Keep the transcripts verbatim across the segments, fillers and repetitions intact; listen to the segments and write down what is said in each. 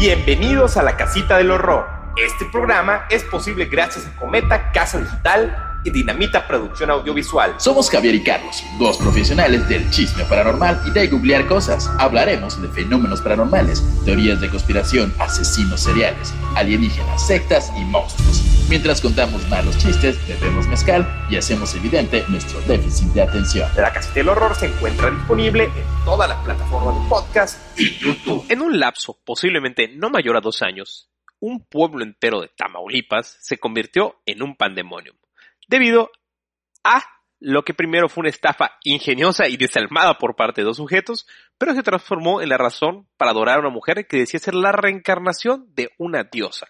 Bienvenidos a la Casita del Horror. Este programa es posible gracias a Cometa Casa Digital y Dinamita Producción Audiovisual. Somos Javier y Carlos, dos profesionales del chisme paranormal y de googlear cosas. Hablaremos de fenómenos paranormales, teorías de conspiración, asesinos seriales, alienígenas, sectas y monstruos. Mientras contamos malos chistes, bebemos mezcal y hacemos evidente nuestro déficit de atención. La Casita del Horror se encuentra disponible en todas las plataformas de podcast y YouTube. En un lapso posiblemente no mayor a dos años, un pueblo entero de Tamaulipas se convirtió en un pandemonium, debido a lo que primero fue una estafa ingeniosa y desalmada por parte de dos sujetos, pero se transformó en la razón para adorar a una mujer que decía ser la reencarnación de una diosa.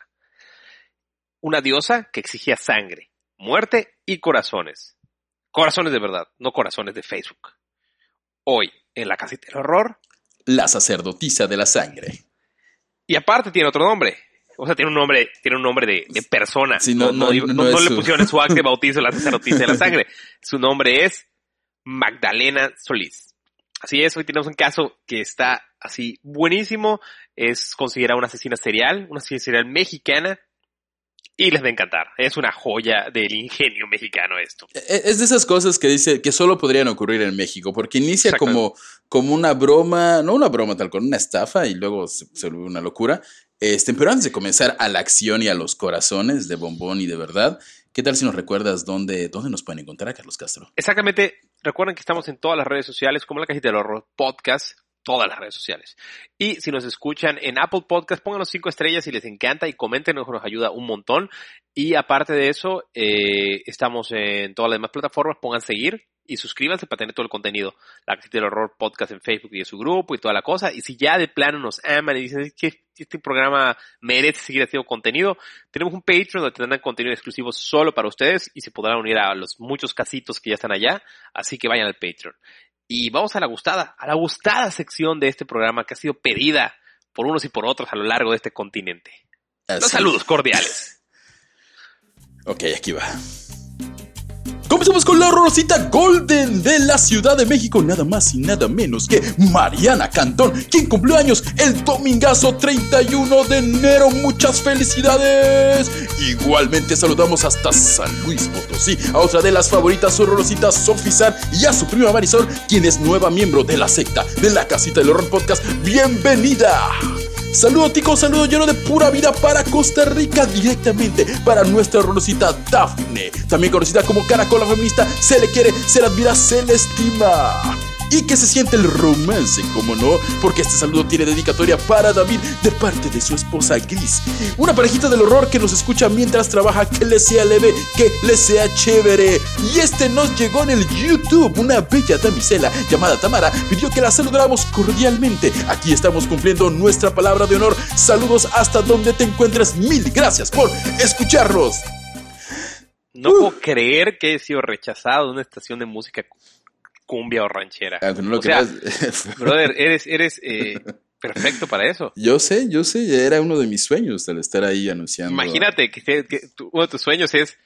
Una diosa que exigía sangre, muerte y corazones. Corazones de verdad, no corazones de Facebook. Hoy, en la Casita del Horror, la sacerdotisa de la sangre. Y aparte tiene otro nombre. O sea, tiene un nombre, tiene un nombre de, de persona. Sí, no, no, no, no, no, no le su... pusieron en su acta de bautizo la sacerdotisa de la sangre. Su nombre es Magdalena Solís. Así es, hoy tenemos un caso que está así buenísimo. Es considerada una asesina serial, una asesina serial mexicana. Y les va a encantar. Es una joya del ingenio mexicano esto. Es de esas cosas que dice que solo podrían ocurrir en México, porque inicia como, como una broma, no una broma tal cual, una estafa y luego se, se vuelve una locura. Este, pero antes de comenzar a la acción y a los corazones de bombón y de verdad, ¿qué tal si nos recuerdas dónde, dónde nos pueden encontrar, Carlos Castro? Exactamente. Recuerden que estamos en todas las redes sociales, como la Casita del Horror Podcast. Todas las redes sociales. Y si nos escuchan en Apple Podcast, pónganos cinco estrellas si les encanta y comenten, nos ayuda un montón. Y aparte de eso, eh, estamos en todas las demás plataformas, pongan seguir y suscríbanse para tener todo el contenido. La Casita del Horror Podcast en Facebook y en su grupo y toda la cosa. Y si ya de plano nos aman y dicen que este programa merece seguir haciendo contenido, tenemos un Patreon donde tendrán contenido exclusivo solo para ustedes y se podrán unir a los muchos casitos que ya están allá. Así que vayan al Patreon. Y vamos a la gustada, a la gustada sección de este programa que ha sido pedida por unos y por otros a lo largo de este continente. Así. Los saludos cordiales. Ok, aquí va. Comenzamos con la horrorosita Golden de la Ciudad de México, nada más y nada menos que Mariana Cantón, quien cumplió años el domingazo treinta y uno de enero. ¡Muchas felicidades! Igualmente saludamos hasta San Luis Potosí a otra de las favoritas horrorositas, Sofi San, y a su prima Marisol, quien es nueva miembro de la secta de la Casita del Horror Podcast. ¡Bienvenida! Saludo tico, saludo lleno de pura vida para Costa Rica, directamente para nuestra horrorosita Dafne, también conocida como Caracola Feminista. Se le quiere, se le admira, se le estima. Y que se siente el romance, como no, porque este saludo tiene dedicatoria para David de parte de su esposa Gris, una parejita del horror que nos escucha mientras trabaja. Que le sea leve, que le sea chévere. Y este nos llegó en el YouTube. Una bella damisela llamada Tamara pidió que la saludáramos cordialmente. Aquí estamos cumpliendo nuestra palabra de honor. Saludos hasta donde te encuentres. Mil gracias por escucharnos. No uh. puedo creer que he sido rechazado de una estación de música cumbia o ranchera. Ah, no lo o sea, creas. Brother, eres, eres eh, perfecto para eso. Yo sé, yo sé, era uno de mis sueños el estar ahí anunciando. Imagínate que, que, que tu, uno de tus sueños es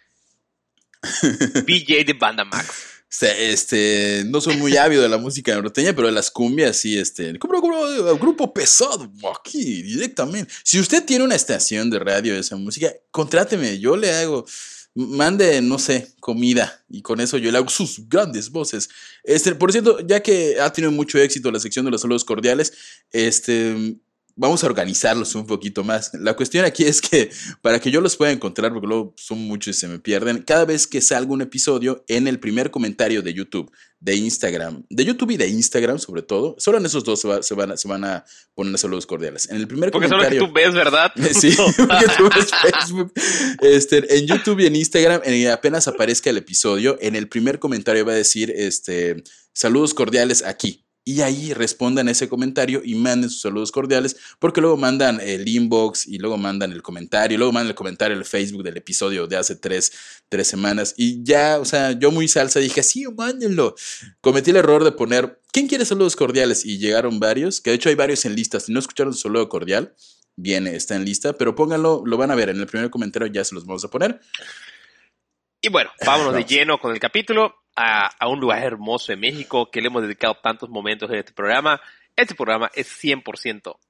D J de Banda Max. Este, no soy muy ávido de la música norteña, pero de las cumbias sí, este, como, como, grupo pesado, aquí, directamente. Si usted tiene una estación de radio de esa música, contráteme, yo le hago... Mande, no sé, comida y con eso yo le hago sus grandes voces. Este, por cierto, ya que ha tenido mucho éxito la sección de los saludos cordiales, este, vamos a organizarlos un poquito más. La cuestión aquí es que para que yo los pueda encontrar, porque luego son muchos y se me pierden, cada vez que salga un episodio, en el primer comentario de YouTube, de Instagram, de YouTube y de Instagram sobre todo, solo en esos dos se, va, se, van, a, se van a poner saludos cordiales. En el primer porque comentario... Porque solo que tú ves, ¿verdad? Sí, porque tú ves Facebook. Este, en YouTube y en Instagram, en, apenas aparezca el episodio, en el primer comentario va a decir, este, saludos cordiales aquí. Y ahí respondan ese comentario y manden sus saludos cordiales, porque luego mandan el inbox y luego mandan el comentario, y luego mandan el comentario en el Facebook del episodio de hace tres, tres semanas. Y ya, o sea, yo muy salsa dije, sí, mándenlo. Cometí el error de poner, ¿quién quiere saludos cordiales? Y llegaron varios, que de hecho hay varios en lista. Si no escucharon su saludo cordial, viene, está en lista, pero pónganlo, lo van a ver en el primer comentario, ya se los vamos a poner. Y bueno, vámonos Vamos. de lleno con el capítulo. A, a un lugar hermoso de México que le hemos dedicado tantos momentos en este programa. Este programa es cien por ciento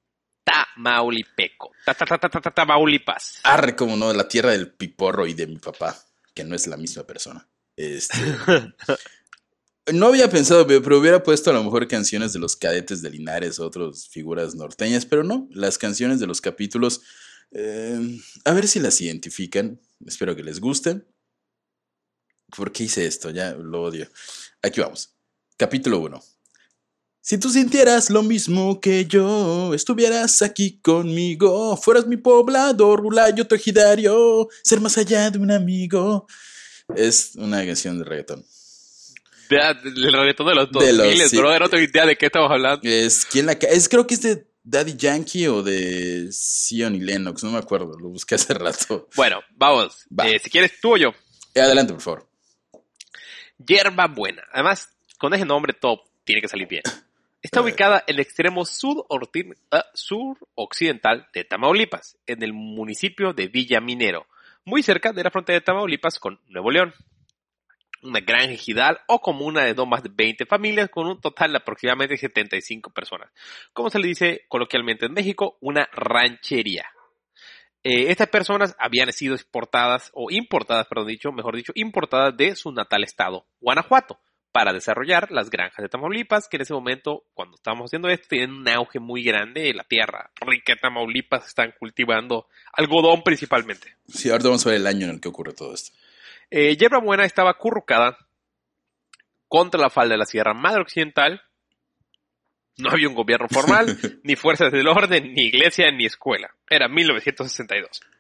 Tamaulipeco. Ta, ta, ta, ta, ta, ta, Tamaulipas. Arre, como no, la tierra del piporro y de mi papá, que no es la misma persona. Este... No había pensado, pero hubiera puesto a lo mejor canciones de los Cadetes de Linares o otras figuras norteñas, pero no, las canciones de los capítulos, eh, a ver si las identifican, espero que les gusten. ¿Por qué hice esto? Ya lo odio. Aquí vamos. Capítulo uno. Si tú sintieras lo mismo que yo, estuvieras aquí conmigo, fueras mi poblador, rulayo, tu ejidario, ser más allá de un amigo. Es una canción de reggaetón. El reggaetón de los dos mil, sí. Bro, no tengo idea de qué estamos hablando. Es, ¿quién la es creo que es de Daddy Yankee o de Zion y Lennox, no me acuerdo, lo busqué hace rato. Bueno, vamos. Va. Eh, si quieres tú o yo. Eh, adelante, por favor. Yerba Buena. Además, con ese nombre todo tiene que salir bien. Está ubicada en el extremo sur-occidental sur de Tamaulipas, en el municipio de Villa Minero, muy cerca de la frontera de Tamaulipas con Nuevo León. Una gran ejidal o comuna de no más de veinte familias con un total de aproximadamente setenta y cinco personas. Como se le dice coloquialmente en México, una ranchería. Eh, estas personas habían sido exportadas o importadas, perdón dicho, mejor dicho, importadas de su natal estado, Guanajuato, para desarrollar las granjas de Tamaulipas, que en ese momento, cuando estábamos haciendo esto, tienen un auge muy grande en la tierra rica de Tamaulipas, están cultivando algodón principalmente. Sí, ahora vamos a ver el año en el que ocurre todo esto. Eh, Yerba Buena estaba acurrucada contra la falda de la Sierra Madre Occidental. No había un gobierno formal, ni fuerzas del orden, ni iglesia, ni escuela. Era mil novecientos sesenta y dos.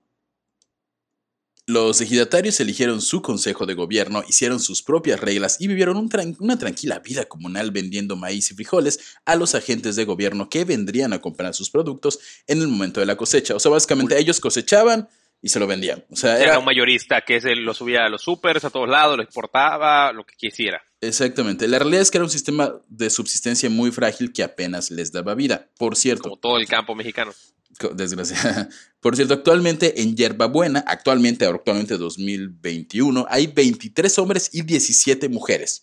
Los ejidatarios eligieron su consejo de gobierno, hicieron sus propias reglas y vivieron un tran- una tranquila vida comunal vendiendo maíz y frijoles a los agentes de gobierno que vendrían a comprar sus productos en el momento de la cosecha. O sea, básicamente Uy. ellos cosechaban y se lo vendían. O sea, era, era un mayorista que se lo subía a los supers, a todos lados, lo exportaba, lo que quisiera. Exactamente. La realidad es que era un sistema de subsistencia muy frágil que apenas les daba vida. Por cierto. Como todo el campo mexicano. Desgraciada. Por cierto, actualmente en Yerba Buena, actualmente, actualmente dos mil veintiuno, hay veintitrés hombres y diecisiete mujeres.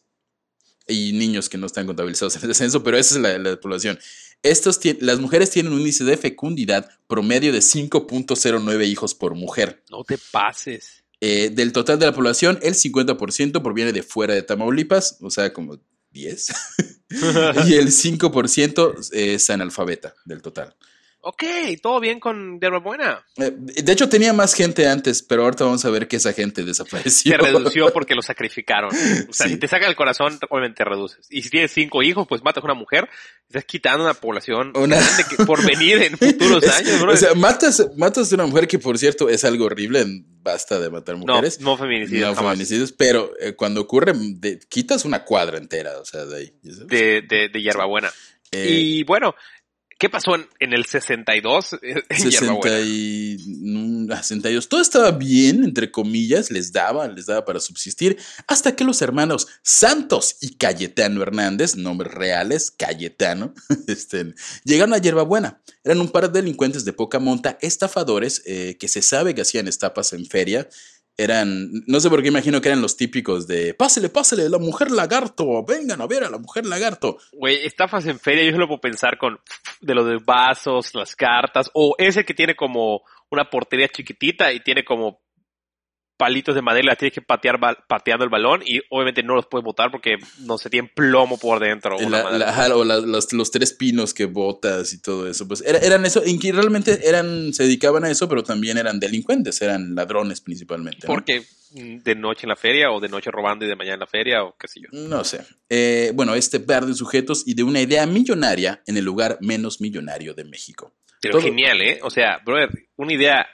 Y niños que no están contabilizados en el censo, pero esa es la, la población. Estos las mujeres tienen un índice de fecundidad promedio de cinco punto cero nueve hijos por mujer. No te pases. Eh, del total de la población, el cincuenta por ciento proviene de fuera de Tamaulipas, o sea, como diez. Y el cinco por ciento es analfabeta del total. Ok, todo bien con Yerba Buena. Eh, de hecho, tenía más gente antes, pero ahorita vamos a ver que esa gente desapareció. Se redució porque lo sacrificaron. O sea, sí. Si te saca el corazón, obviamente reduces. Y si tienes cinco hijos, pues matas a una mujer, estás quitando una población una... grande que por venir en futuros es, años. Bro. O sea, matas, matas a una mujer que, por cierto, es algo horrible. Basta de matar mujeres. No, no feminicidios. No feminicidios, pero eh, cuando ocurre, de, quitas una cuadra entera, o sea, de ahí. De, de, de Yerba Buena. Eh, y bueno... ¿Qué pasó en, en el sesenta y dos? En sesenta y, sesenta y dos. Todo estaba bien, entre comillas, les daba, les daba para subsistir, hasta que los hermanos Santos y Cayetano Hernández, nombres reales, Cayetano, este, llegaron a Yerba Buena. Eran un par de delincuentes de poca monta, estafadores, eh, que se sabe que hacían estafas en feria. Eran, no sé por qué imagino que eran los típicos de pásele, pásele, la mujer lagarto, vengan a ver a la mujer lagarto. Güey, estafas en feria, yo solo puedo pensar con de lo de vasos, las cartas, o ese que tiene como una portería chiquitita y tiene como palitos de madera, las tienes que patear pateando el balón y obviamente no los puedes botar porque no se tienen plomo por dentro. La, la, o la, los, los tres pinos que botas y todo eso. Pues era, eran eso, en que realmente eran, se dedicaban a eso, pero también eran delincuentes, eran ladrones principalmente. Porque ¿no? De noche en la feria o de noche robando y de mañana en la feria o qué sé yo. No sé. Eh, bueno, este par de sujetos y de una idea millonaria en el lugar menos millonario de México. Pero todo... genial, ¿eh? O sea, brother, una idea...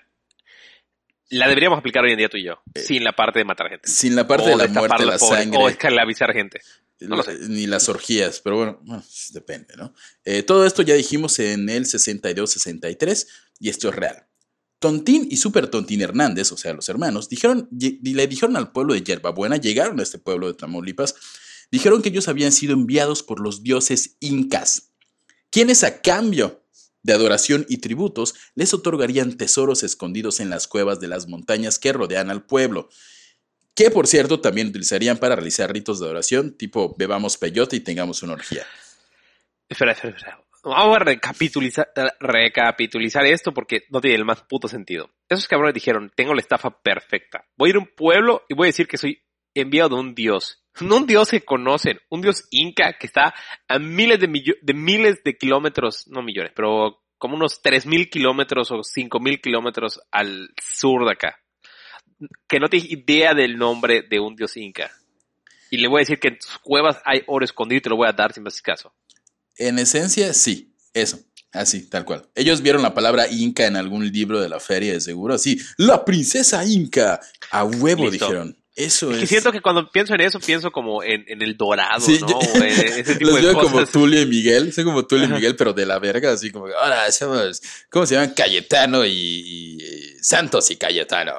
La deberíamos aplicar hoy en día tú y yo, eh, sin la parte de matar gente. Sin la parte o de la muerte, la pobres, sangre. O esclavizar gente. No lo sé. Ni las orgías, pero bueno, bueno depende, ¿no? Eh, todo esto ya dijimos en el sesenta y dos sesenta y tres y esto es real. Tontín y Super Tontín Hernández, o sea, los hermanos, dijeron, y le dijeron al pueblo de Yerba Buena, llegaron a este pueblo de Tamaulipas, dijeron que ellos habían sido enviados por los dioses incas, quienes a cambio de adoración y tributos, les otorgarían tesoros escondidos en las cuevas de las montañas que rodean al pueblo, que por cierto también utilizarían para realizar ritos de adoración, tipo bebamos peyote y tengamos una orgía. Espera, espera, espera. vamos a recapitulizar, recapitulizar esto porque no tiene el más puto sentido. Esos cabrones dijeron, tengo la estafa perfecta. Voy a ir a un pueblo y voy a decir que soy enviado de un dios. No un dios que conocen, un dios inca que está a miles de, millo- de miles de kilómetros, no millones, pero como unos tres mil kilómetros o cinco mil kilómetros al sur de acá. Que no tiene idea del nombre de un dios inca. Y le voy a decir que en tus cuevas hay oro escondido y te lo voy a dar si me haces caso. En esencia, sí, eso, así, tal cual. Ellos vieron la palabra inca en algún libro de la feria, de seguro, así, la princesa inca, a huevo. Listo. Dijeron. Eso es. Es que siento que cuando pienso en eso, pienso como en, en el Dorado, sí, ¿no? Yo, o en ese tipo los de veo cosas. como Tulio y Miguel, soy como Tulio y Miguel, pero de la verga, así como, ahora somos, ¿cómo se llaman? Cayetano y, y Santos y Cayetano.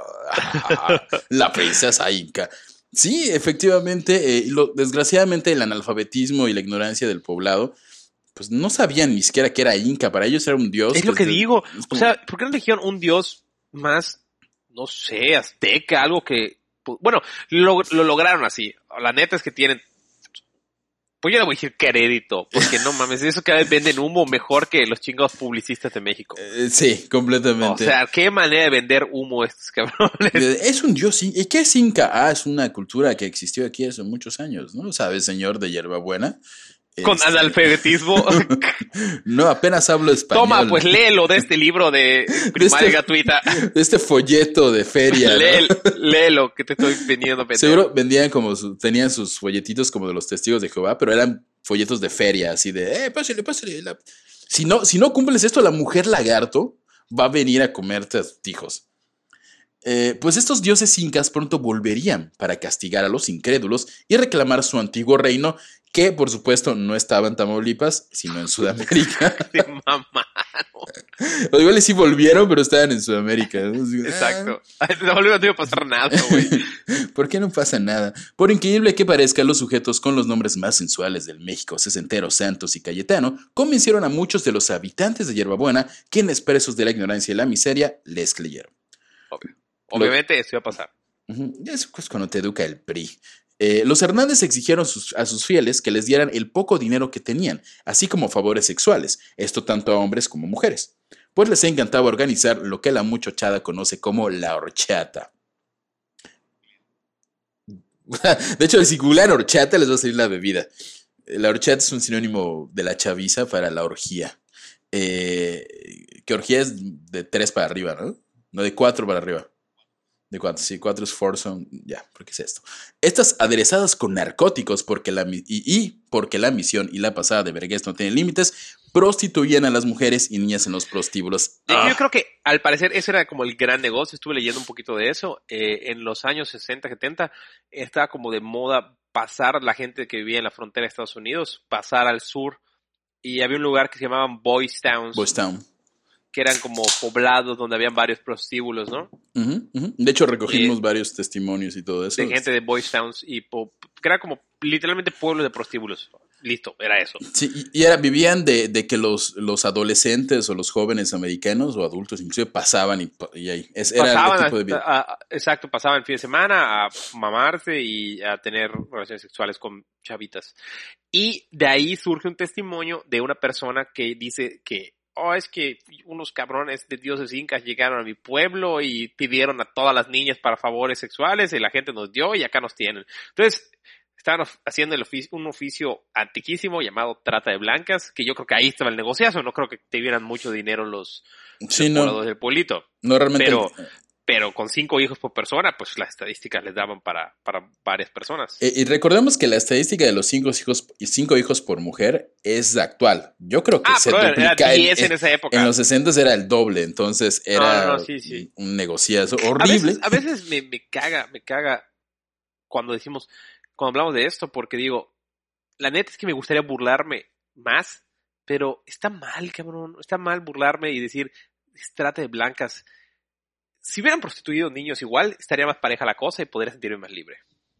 La princesa inca. Sí, efectivamente, eh, lo, desgraciadamente el analfabetismo y la ignorancia del poblado, pues no sabían ni siquiera que era inca, para ellos era un dios. Es lo que desde, digo, como... o sea, ¿por qué no eligieron un dios más, no sé, azteca, algo que, bueno, lo, lo lograron así, la neta es que tienen, pues yo le voy a decir crédito, porque no mames, eso cada vez venden humo mejor que los chingados publicistas de México. Eh, sí, completamente. O sea, qué manera de vender humo estos cabrones. Es un dios, ¿y qué es inca? Ah, es una cultura que existió aquí hace muchos años, ¿no? ¿Sabes, señor de hierbabuena? Con este... analfabetismo. No, apenas hablo español. Toma, pues léelo de este libro de primaria de este, gratuita. De este folleto de feria. Léelo, ¿no? léelo, que te estoy vendiendo. Pendejo. Seguro vendían como, su, tenían sus folletitos como de los testigos de Jehová, pero eran folletos de feria, así de, eh, pásale, pásale. La... Si, no, si no cumples esto, la mujer lagarto va a venir a comerte a tus hijos. Eh, pues estos dioses incas pronto volverían para castigar a los incrédulos y reclamar su antiguo reino, que por supuesto no estaba en Tamaulipas, sino en Sudamérica. ¡Qué mamá! O igual sí volvieron, pero estaban en Sudamérica. Exacto. En Tamaulipas no iba a pasar nada, güey. ¿Por qué no pasa nada? Por increíble que parezca, los sujetos con los nombres más sensuales del México sesentero, Santos y Cayetano, convencieron a muchos de los habitantes de Hierbabuena, quienes presos de la ignorancia y la miseria, les creyeron. Obvio. Obviamente esto iba a pasar. Uh-huh. Eso es cuando te educa el P R I. Eh, los Hernández exigieron sus, a sus fieles que les dieran el poco dinero que tenían, así como favores sexuales, esto tanto a hombres como mujeres, pues les encantaba organizar lo que la muchachada conoce como la horchata. De hecho, si googlean horchata les va a salir la bebida. La horchata es un sinónimo de la chaviza para la orgía. Eh, que orgía es de tres para arriba, ¿no? No, de cuatro para arriba. De cuatro, sí, cuatro es foursome, ya, ¿por qué es esto? Estas aderezadas con narcóticos porque la, y, y porque la misión y la pasada de vergüenza no tienen límites, prostituían a las mujeres y niñas en los prostíbulos. Yo, Ah. yo creo que al parecer ese era como el gran negocio, estuve leyendo un poquito de eso, eh, en los años sesenta, setenta estaba como de moda pasar la gente que vivía en la frontera de Estados Unidos, pasar al sur, y había un lugar que se llamaban Boys Towns. Boys Town. Que eran como poblados donde habían varios prostíbulos, ¿no? Uh-huh, uh-huh. De hecho, recogimos y, varios testimonios y todo eso. De gente de Boys Towns y po, que era como literalmente pueblos de prostíbulos. Listo, era eso. Sí, y era, vivían de, de que los, los adolescentes o los jóvenes americanos o adultos inclusive pasaban y, y ahí. Es, era pasaban el tipo de vida. A, a, exacto, pasaban el fin de semana a mamarse y a tener relaciones sexuales con chavitas. Y de ahí surge un testimonio de una persona que dice que oh, es que unos cabrones de dioses incas llegaron a mi pueblo y pidieron a todas las niñas para favores sexuales y la gente nos dio y acá nos tienen. Entonces, estaban haciendo el oficio, un oficio antiquísimo llamado trata de blancas, que yo creo que ahí estaba el negociazo, no creo que te dieran mucho dinero los, sí, los no, pobladores del pueblito. No, realmente. Pero, pero con cinco hijos por persona, pues las estadísticas les daban para, para varias personas. Eh, y recordemos que la estadística de los cinco hijos, cinco hijos por mujer es actual. Yo creo que ah, se pero duplica. Era diez en, en esa época. En los sesenta era el doble, entonces era no, no, sí, sí. un negociazo horrible. A veces, a veces me, me caga, me caga cuando decimos, cuando hablamos de esto, porque digo, la neta es que me gustaría burlarme más, pero está mal, cabrón, está mal burlarme y decir, trata de blancas. Si hubieran prostituido niños igual, estaría más pareja la cosa y podría sentirme más libre.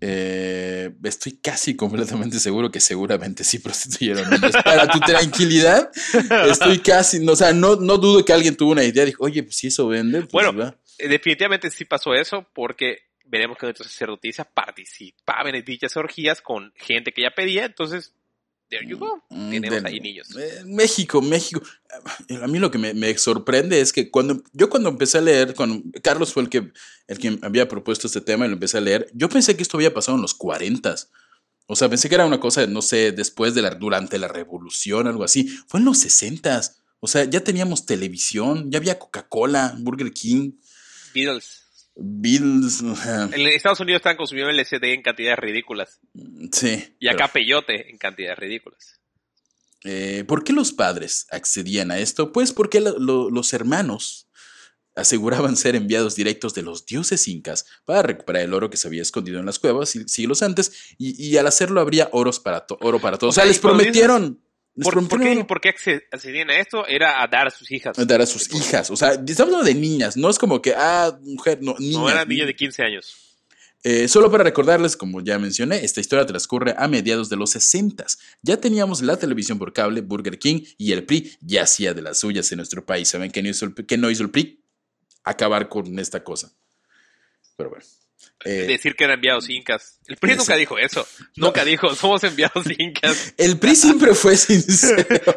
Eh, estoy casi completamente seguro que seguramente sí prostituyeron niños. Para tu tranquilidad, estoy casi, no, o sea, no, no dudo que alguien tuvo una idea, dijo, oye, pues si eso vende, pues bueno, va. Definitivamente sí pasó eso, porque veremos que nuestra sacerdotisa participaba en dichas orgías con gente que ya pedía, entonces There you go. Tenemos ahí niños. Eh, México, México. A mí lo que me, me sorprende es que cuando yo cuando empecé a leer, cuando Carlos fue el que, el que había propuesto este tema y lo empecé a leer, yo pensé que esto había pasado en los cuarentas. O sea, pensé que era una cosa, no sé, después de la, durante la revolución, algo así. Fue en los sesentas. O sea, ya teníamos televisión, ya había Coca-Cola, Burger King. Beatles. Beatles. En Estados Unidos están consumiendo L S D en cantidades ridículas. Sí. Y acá pero, peyote en cantidades ridículas. Eh, ¿Por qué los padres accedían a esto? Pues porque lo, lo, los hermanos aseguraban ser enviados directos de los dioses incas para recuperar el oro que se había escondido en las cuevas siglos antes, y, y al hacerlo habría oros para to, oro para todos. O sea, o sea les prometieron... Dices, ¿por, ¿por, qué, ¿Por qué accedían a esto? Era a dar a sus hijas. A dar a sus hijas. O sea, estamos hablando de niñas. No es como que, ah, mujer, no, niñas. No, eran niñas de quince años. Eh, solo para recordarles, como ya mencioné, esta historia transcurre a mediados de los sesentas. Ya teníamos la televisión por cable, Burger King, y el P R I ya hacía de las suyas en nuestro país. ¿Saben qué no hizo el, qué no hizo el P R I? Acabar con esta cosa. Pero bueno. Eh, Decir que eran enviados incas. El P R I nunca dijo eso. No. Nunca dijo, somos enviados incas. El P R I siempre fue sincero.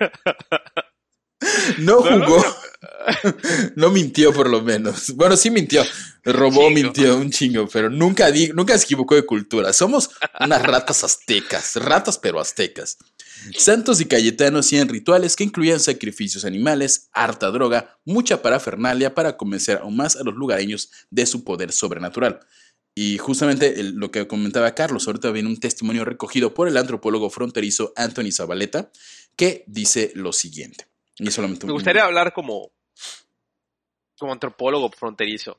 No jugó. No, no, no. No mintió, por lo menos. Bueno, sí mintió. Robó, mintió un chingo, pero nunca, di, nunca se equivocó de cultura. Somos unas ratas aztecas. Ratas, pero aztecas. Santos y Cayetanos hacían rituales que incluían sacrificios animales, harta droga, mucha parafernalia para convencer aún más a los lugareños de su poder sobrenatural. Y justamente el, lo que comentaba Carlos, ahorita viene un testimonio recogido por el antropólogo fronterizo Anthony Zabaleta, que dice lo siguiente. Y solamente Me gustaría un... hablar como, como antropólogo fronterizo.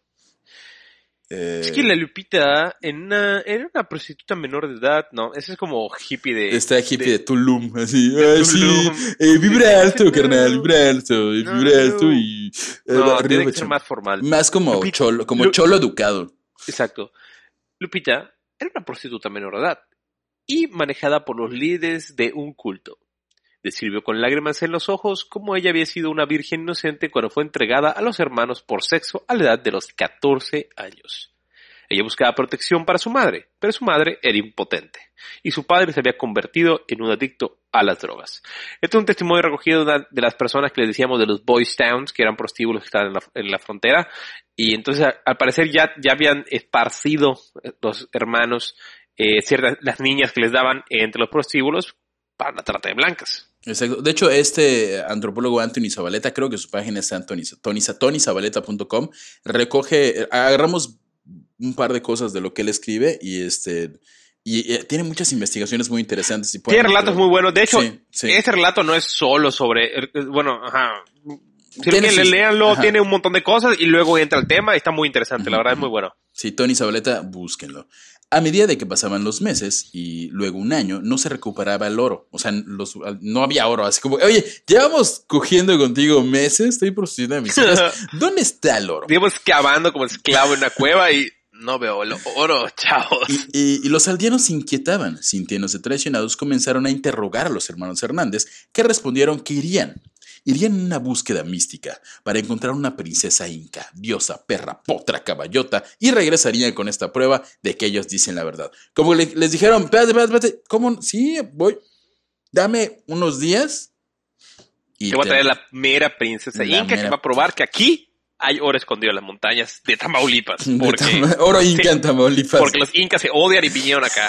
Eh... Es que la Lupita en una, era una prostituta menor de edad, ¿no? Ese es como hippie de... Está hippie de, de Tulum, así. De Tulum. Sí, eh, vibra alto, carnal, vibra alto, vibra no, alto no. y... Eh, no, tiene que ser más formal. Más como Lupita, cholo, como Lu... cholo educado. Exacto. Lupita era una prostituta menor de edad y manejada por los líderes de un culto. Describió con lágrimas en los ojos cómo ella había sido una virgen inocente cuando fue entregada a los hermanos por sexo a la edad de los catorce años. Ella buscaba protección para su madre, pero su madre era impotente y su padre se había convertido en un adicto a las drogas. Este es un testimonio recogido de, una, de las personas que les decíamos de los Boys Towns, que eran prostíbulos que estaban en la, en la frontera, y entonces al parecer ya, ya habían esparcido los hermanos eh, ciertas las niñas que les daban entre los prostíbulos para la trata de blancas. Exacto. De hecho, este antropólogo Anthony Zabaleta, creo que su página es tony zabaleta punto com, recoge, agarramos un par de cosas de lo que él escribe y este y, y tiene muchas investigaciones muy interesantes. Y tiene relatos pero, muy buenos. De hecho, sí, sí. Ese relato no es solo sobre, bueno, ajá. Si que le leanlo, ajá. Tiene un montón de cosas y luego entra el tema y está muy interesante. Uh-huh. La verdad es muy bueno. Sí, Tony Zabaleta, búsquenlo. A medida de que pasaban los meses y luego un año, no se recuperaba el oro. O sea, los, no había oro. Así como, oye, llevamos cogiendo contigo meses, estoy prostituyendo a mis hijas. ¿Dónde está el oro? Llevamos excavando como esclavo en una cueva y no veo el oro, chavos. Y, y, y los aldeanos se inquietaban. Sintiéndose traicionados, comenzaron a interrogar a los hermanos Hernández, que respondieron que irían. Irían en una búsqueda mística para encontrar una princesa inca, diosa, perra, potra, caballota, y regresarían con esta prueba de que ellos dicen la verdad. Como le, les dijeron, espérate, espérate, espérate, ¿cómo? Sí, voy, dame unos días. Y te voy a traer la mera princesa la inca mera... que va a probar que aquí hay oro escondido en las montañas de Tamaulipas. Porque, de Tama- oro inca sí, en Tamaulipas. Porque los incas se odian y vinieron acá.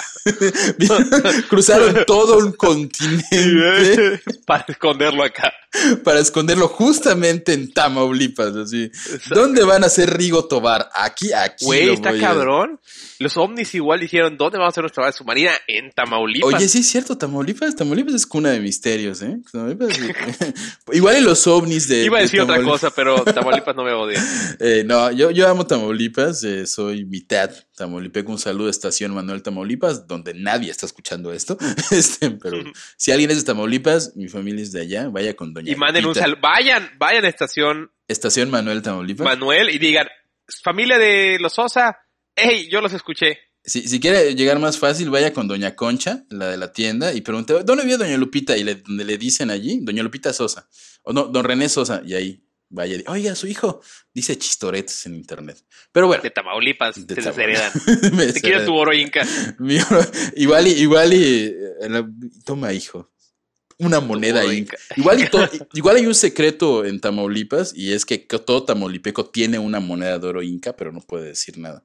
Cruzaron todo un continente. Para esconderlo acá. Para esconderlo justamente en Tamaulipas, así. Exacto. ¿Dónde van a hacer Rigo Tobar? Aquí, aquí. Güey, está cabrón. Los ovnis igual dijeron, ¿dónde vamos a hacer nuestra base submarina? En Tamaulipas. Oye, sí es cierto, Tamaulipas. Tamaulipas es cuna de misterios, ¿eh? Tamaulipas, igual y los ovnis de... Iba a decir otra cosa, pero Tamaulipas no me odia. Eh, no, yo, yo amo Tamaulipas. Eh, soy mitad tamaulipeco. Un saludo a Estación Manuel Tamaulipas, donde nadie está escuchando esto. este, pero si alguien es de Tamaulipas, mi familia es de allá, vaya con doña Y manden Lupita. Un saludo. Vayan, vayan a Estación... Estación Manuel Tamaulipas. Manuel y digan, familia de los Sosa... ¡Ey! Yo los escuché. Si, si quiere llegar más fácil, vaya con doña Concha, la de la tienda, y pregunte, ¿dónde vive doña Lupita? Y le, donde le dicen allí, doña Lupita Sosa. O no, don René Sosa, y ahí. vaya, oiga, su hijo dice chistoretes en internet. Pero bueno. De Tamaulipas, De te Tamaulipas. desheredan. Te quiero tu oro inca. Mi oro, igual y, igual y, eh, toma, hijo. Una moneda inca. Igual, y to, igual hay un secreto en Tamaulipas y es que todo tamaulipeco tiene una moneda de oro inca, pero no puede decir nada.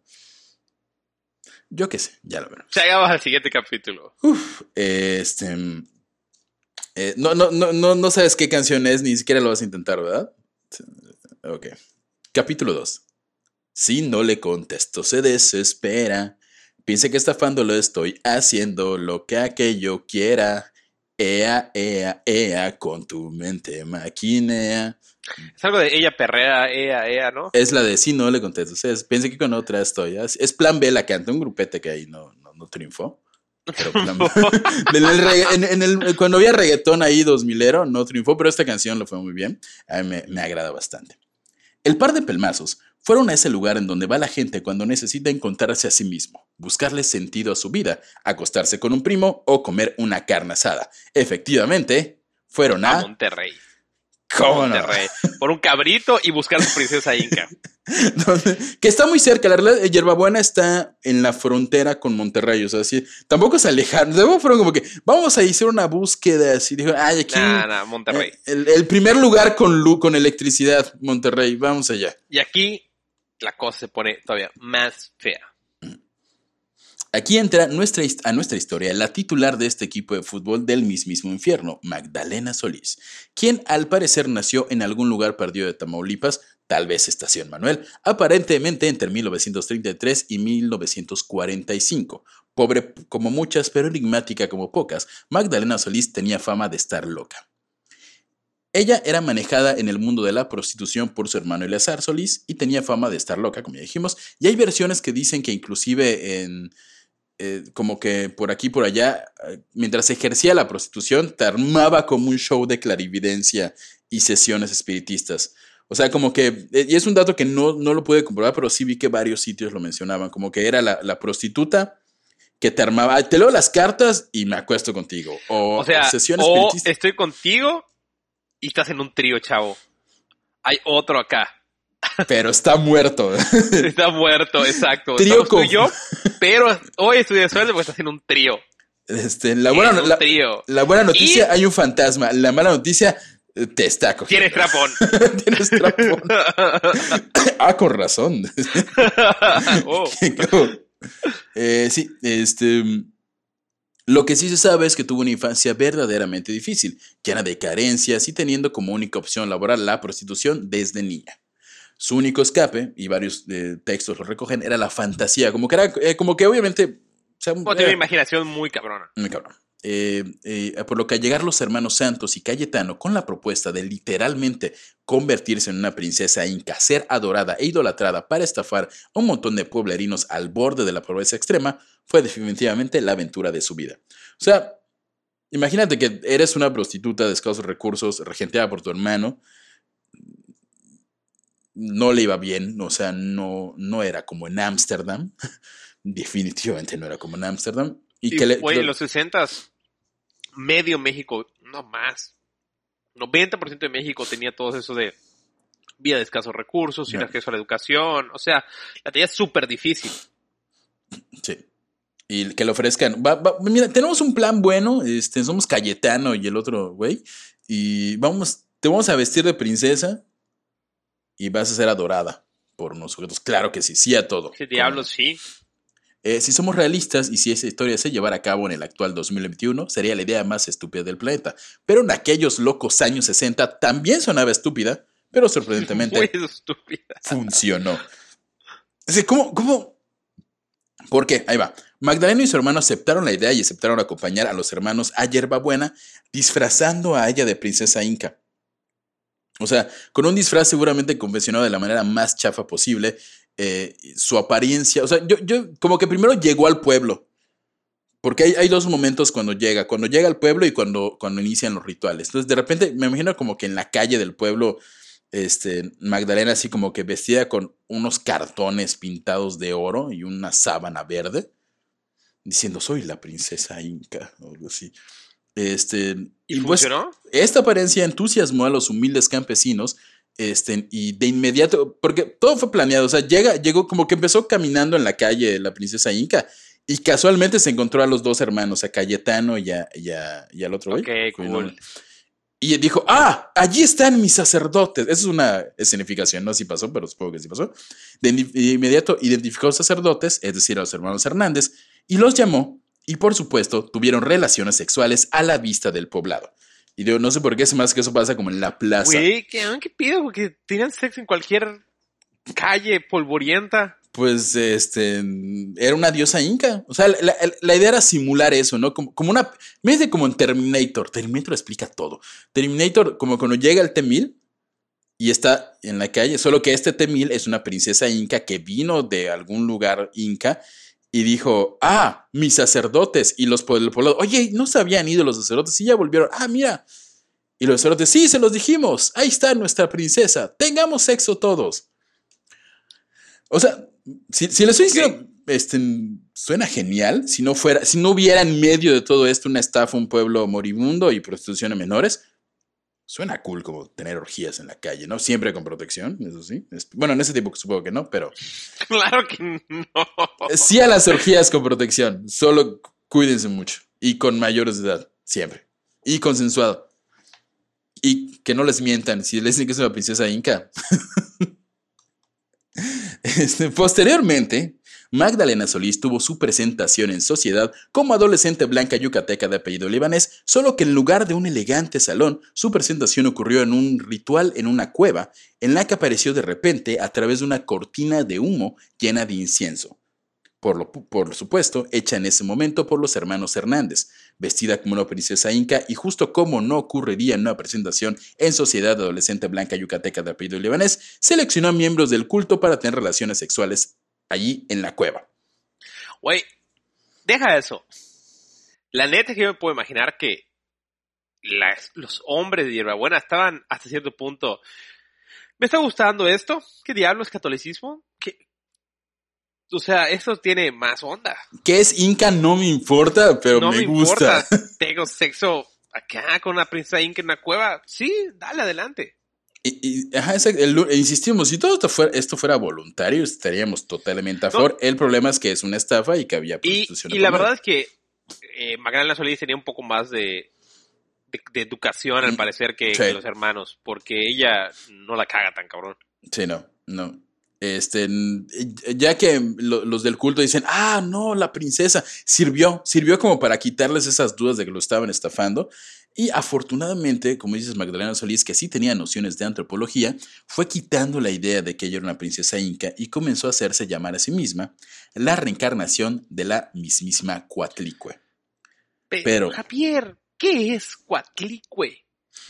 Yo qué sé, ya lo veremos. Llegamos al siguiente capítulo. Uf, este... Eh, no, no, no, no, no sabes qué canción es, ni siquiera lo vas a intentar, ¿verdad? Ok. Capítulo dos. Si no le contesto, se desespera. Piense que estafando lo estoy haciendo lo que aquello quiera. Ea, ea, ea, con tu mente maquinea. Es algo de ella perrea, ea, ea, ¿no? Es la de si no le contesto. O sea, es, piense que con otra estoy. Es Plan B la canta, un grupete que ahí no, no, no triunfó. Pero plan, en el regga- en, en el, cuando había reggaetón ahí dos milero no triunfó, pero esta canción lo fue muy bien. A mí me, me agrada bastante. El par de pelmazos fueron a ese lugar en donde va la gente cuando necesita encontrarse a sí mismo, buscarle sentido a su vida, acostarse con un primo o comer una carne asada. Efectivamente, fueron a... A Monterrey. ¿Cómo Monterrey. no? Por un cabrito y buscar a su princesa inca. Donde, que está muy cerca, la verdad, Yerbabuena está en la frontera con Monterrey, o sea, así, tampoco se alejaron, luego fueron como que, vamos a hacer una búsqueda, así, dijo, ay, aquí, Nah, nah, Monterrey. eh, el, el primer lugar con luz, con electricidad, Monterrey, vamos allá. Y aquí la cosa se pone todavía más fea. Aquí entra nuestra, a nuestra historia la titular de este equipo de fútbol del mismísimo infierno, Magdalena Solís, quien al parecer nació en algún lugar perdido de Tamaulipas, tal vez Estación Manuel, aparentemente entre mil novecientos treinta y tres y mil novecientos cuarenta y cinco. Pobre como muchas, pero enigmática como pocas, Magdalena Solís tenía fama de estar loca. Ella era manejada en el mundo de la prostitución por su hermano Eleazar Solís y tenía fama de estar loca, como ya dijimos, y hay versiones que dicen que inclusive en... Eh, como que por aquí por allá, eh, mientras ejercía la prostitución, te armaba como un show de clarividencia y sesiones espiritistas. O sea, como que, eh, y es un dato que no, no lo pude comprobar, pero sí vi que varios sitios lo mencionaban, como que era la, la prostituta que te armaba, te leo las cartas y me acuesto contigo. O, O sea, sesión o espiritista. estoy contigo y estás en un trío, chavo. Hay otro acá. Pero está muerto. Está muerto, exacto. Trío Estamos tú con... y yo, pero hoy estoy de suerte porque estás en un trío. Este, la, buena, un la, trío. la buena noticia, Y... hay un fantasma. La mala noticia, te está cogiendo. Tienes trapón. Tienes trapón. Ah, con razón. Oh. eh, sí, este... Lo que sí se sabe es que tuvo una infancia verdaderamente difícil, llena de carencias y teniendo como única opción laboral la prostitución desde niña. Su único escape, y varios eh, textos lo recogen, era la fantasía, como que era, eh, como que obviamente... O sea, Oh, tiene una imaginación muy cabrona. Muy cabrón. Eh, eh, por lo que al llegar los hermanos Santos y Cayetano con la propuesta de literalmente convertirse en una princesa inca, ser adorada e idolatrada para estafar a un montón de pueblerinos al borde de la pobreza extrema, fue definitivamente la aventura de su vida. O sea, imagínate que eres una prostituta de escasos recursos, regenteada por tu hermano, no le iba bien, o sea, no, no era como en Ámsterdam, definitivamente no era como en Ámsterdam. Y, Y que le, fue que, en los sesentas, medio México, no más, noventa por ciento de México tenía todo eso de vida de escasos recursos, sin yeah. acceso a la educación, o sea, la tenía súper difícil. Sí. Y que le ofrezcan, va, va, mira, tenemos un plan bueno, este, somos Cayetano y el otro güey, y vamos, te vamos a vestir de princesa y vas a ser adorada por unos sujetos. Claro que sí, sí a todo. ¿Qué diablos, sí? Eh, si somos realistas y si esa historia se llevara a cabo en el actual dos mil veintiuno, sería la idea más estúpida del planeta. Pero en aquellos locos años sesenta también sonaba estúpida, pero sorprendentemente Muy estúpida. Funcionó. O sea, ¿cómo, cómo? ¿Por qué? Ahí va. Magdalena y su hermano aceptaron la idea y aceptaron acompañar a los hermanos a Yerbabuena, disfrazando a ella de princesa inca. O sea, con un disfraz seguramente confeccionado de la manera más chafa posible. Eh, su apariencia, o sea, yo, yo como que primero llegó al pueblo, porque hay, hay dos momentos cuando llega, cuando llega al pueblo y cuando, cuando inician los rituales. Entonces de repente me imagino como que en la calle del pueblo, este, Magdalena así como que vestida con unos cartones pintados de oro y una sábana verde, diciendo soy la princesa inca, o algo así. Este, ¿Y, y funcionó? Pues, esta apariencia entusiasmó a los humildes campesinos Este, y de inmediato, porque todo fue planeado, o sea, llega, llegó como que empezó caminando en la calle la princesa Inca y casualmente se encontró a los dos hermanos, a Cayetano y, a, y, a, y al otro güey. Ok, cool. Y dijo, ah, allí están mis sacerdotes. Esa es una escenificación, no sé si pasó, pero supongo que sí pasó. De inmediato identificó a los sacerdotes, es decir, a los hermanos Hernández, y los llamó, y por supuesto tuvieron relaciones sexuales a la vista del poblado. Y digo, no sé por qué, se me hace que eso pasa como en la plaza. Güey, ¿qué, ¿qué pido? Porque tenían sexo en cualquier calle polvorienta. Pues, este, era una diosa inca. O sea, la, la, la idea era simular eso, ¿no? Como, como una, me dice como en Terminator. Terminator explica todo. Terminator, como cuando llega el T mil y está en la calle, solo que este T mil es una princesa inca que vino de algún lugar inca y dijo, ah, mis sacerdotes y los del poblado. Oye, ¿no se habían ido los sacerdotes? Y ya volvieron. Ah, mira. Y los sacerdotes, sí, se los dijimos. Ahí está nuestra princesa. Tengamos sexo todos. O sea, si, si les estoy diciendo, okay. este, suena genial. Si no fuera, si no hubiera en medio de todo esto una estafa, un pueblo moribundo y prostitución a menores, suena cool como tener orgías en la calle, ¿no? Siempre con protección, eso sí. Bueno, en ese tipo supongo que no, pero... Claro que no. Sí a las orgías con protección, solo cuídense mucho. Y con mayores de edad, siempre. Y consensuado. Y que no les mientan, si les dicen que es una princesa inca... Este, posteriormente, Magdalena Solís tuvo su presentación en sociedad como adolescente blanca yucateca de apellido libanés, solo que en lugar de un elegante salón, su presentación ocurrió en un ritual en una cueva, en la que apareció de repente a través de una cortina de humo llena de incienso. Por, lo, por supuesto, hecha en ese momento por los hermanos Hernández, vestida como una princesa inca y justo como no ocurriría en una presentación en sociedad de adolescente blanca yucateca de apellido libanés, seleccionó a miembros del culto para tener relaciones sexuales allí en la cueva. Güey, deja eso. La neta es que yo me puedo imaginar que las, los hombres de Hierbabuena estaban hasta cierto punto... ¿Me está gustando esto? ¿Qué diablo es catolicismo? ¿Qué? O sea, eso tiene más onda. ¿Qué es inca? No me importa, pero no me, me gusta. Importa. Tengo sexo acá con una princesa inca en una cueva. Sí, dale adelante. Y, y, ajá, el, el, insistimos, si todo esto fuera, esto fuera voluntario, estaríamos totalmente a favor. No. El problema es que es una estafa y que había prostitución. Y, y la verdad es que eh, Magdalena Solís tenía un poco más de, de, de educación, al parecer, que, sí. que los hermanos, porque ella no la caga tan cabrón. Sí, no, no. Este, ya que los del culto dicen, ah, no, la princesa sirvió, sirvió como para quitarles esas dudas de que lo estaban estafando. Y afortunadamente, como dices Magdalena Solís, que sí tenía nociones de antropología, fue quitando la idea de que ella era una princesa inca y comenzó a hacerse llamar a sí misma la reencarnación de la mismísima Coatlicue. Pero, Pero Javier, ¿qué es Coatlicue?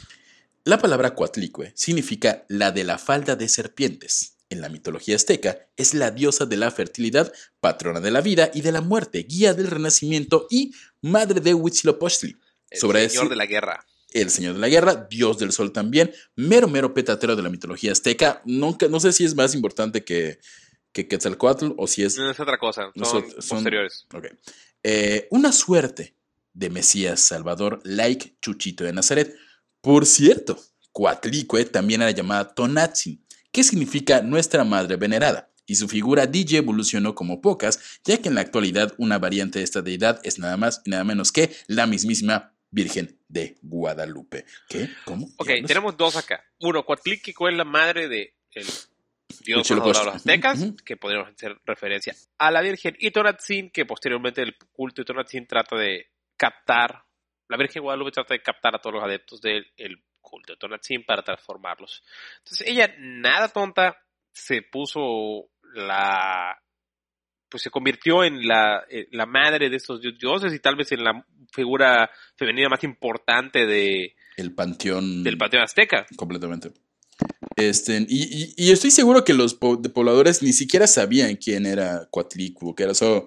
La palabra Coatlicue significa la de la falda de serpientes. En la mitología azteca, es la diosa de la fertilidad, patrona de la vida y de la muerte, guía del renacimiento y madre de Huitzilopochtli. El Sobre señor ese, de la guerra. El señor de la guerra, dios del sol también, mero mero petatero de la mitología azteca. Nunca, no sé si es más importante que, que Quetzalcóatl o si es... No, es otra cosa, son, son posteriores. Okay. Eh, una suerte de Mesías Salvador, like Chuchito de Nazaret. Por cierto, Coatlicue también era llamada Tonatzin, que significa nuestra madre venerada, y su figura D J evolucionó como pocas, ya que en la actualidad una variante de esta deidad es nada más y nada menos que la mismísima Virgen de Guadalupe. ¿Qué? ¿Cómo? Ok, tenemos dos acá. Uno, Coatlicue es la madre de el dios de los aztecas, uh-huh. que podríamos hacer referencia a la Virgen, y Tonatzin, que posteriormente el culto de Tonatzin trata de captar, la Virgen de Guadalupe trata de captar a todos los adeptos del el culto de Tonatzin para transformarlos. Entonces ella, nada tonta, se puso la... pues se convirtió en la, en la madre de estos dioses y tal vez en la figura femenina más importante de... El panteón... Del panteón azteca. Completamente. Este, y, y, y estoy seguro que los po- pobladores ni siquiera sabían quién era Coatlicue, que era solo...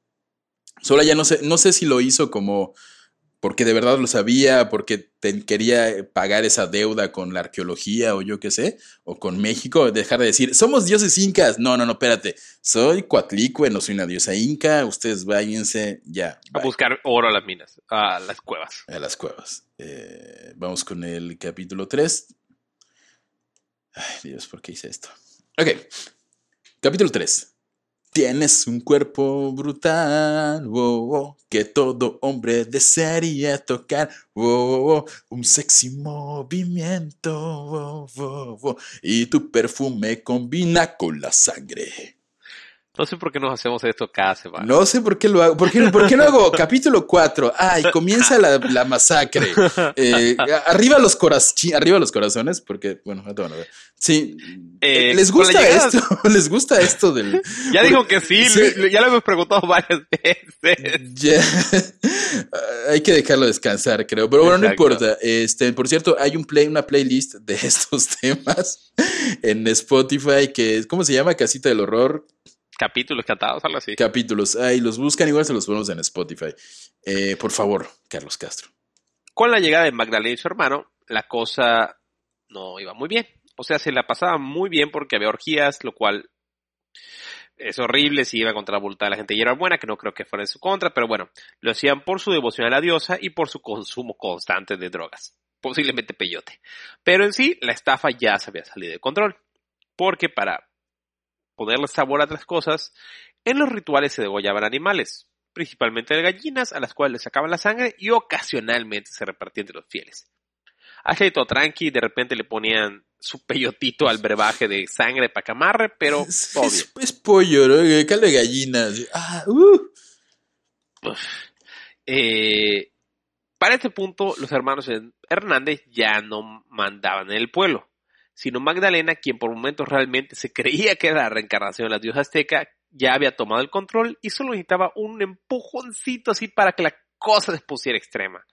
Solo ya no sé, no sé si lo hizo como... porque de verdad lo sabía, porque te quería pagar esa deuda con la arqueología o yo qué sé, o con México, dejar de decir, somos dioses incas. No, no, no, espérate, soy Coatlicue, no soy una diosa inca, ustedes váyanse ya. Bye. A buscar oro a las minas, a las cuevas. A las cuevas. Eh, vamos con el capítulo tres. Ay, Dios, ¿por qué hice esto? Ok. Capítulo tres. Tienes un cuerpo brutal, wow, wow, que todo hombre desearía tocar, wow, wow, un sexy movimiento, wow, wow, wow, y tu perfume combina con la sangre. No sé por qué nos hacemos esto cada semana. No sé por qué lo hago. ¿Por qué, por qué no hago capítulo cuatro? Ay, comienza la, la masacre. Eh, arriba, los coraz- arriba los corazones, porque, bueno, ahorita van a ver. Sí. Eh, ¿Les gusta llegada... esto? ¿Les gusta esto del...? Ya dijo que sí, sí. Lo, ya lo hemos preguntado varias veces. Ya. Hay que dejarlo descansar, creo. Pero bueno, Exacto. no importa. Este, por cierto, hay un play, una playlist de estos temas en Spotify que, ¿cómo se llama? Casita del Horror. Capítulos cantados, algo así. Capítulos. Ahí los buscan, igual se los ponemos en Spotify. Eh, por favor, Carlos Castro. Con la llegada de Magdalena y su hermano, la cosa no iba muy bien. O sea, se la pasaba muy bien porque había orgías, lo cual es horrible si iba contra la voluntad de la gente y era buena, que no creo que fuera en su contra, pero bueno, lo hacían por su devoción a la diosa y por su consumo constante de drogas. Posiblemente peyote. Pero en sí, la estafa ya se había salido de control. Porque para ponerle sabor a otras cosas, en los rituales se degollaban animales, principalmente de gallinas, a las cuales le sacaban la sangre y ocasionalmente se repartían entre los fieles. Ashley todo tranqui, de repente le ponían su peyotito al brebaje de sangre para que amarre, pero es, todo es, bien. Es pollo, ¿no? Caldo de gallina. Ah, uh. eh, para este punto, los hermanos Hernández ya no mandaban en el pueblo, sino Magdalena, quien por momentos realmente se creía que era la reencarnación de la diosa azteca, ya había tomado el control y solo necesitaba un empujoncito así para que la cosa se pusiera extrema.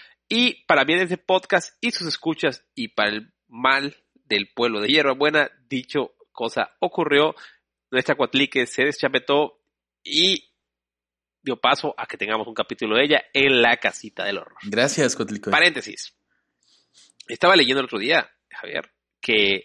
Y para bien de este podcast y sus escuchas y para el mal del pueblo de Hierbabuena, dicho cosa ocurrió, nuestra Coatlique se deschapetó y dio paso a que tengamos un capítulo de ella en la casita del horror. Gracias, Coatlique. Paréntesis. Estaba leyendo el otro día, Javier, que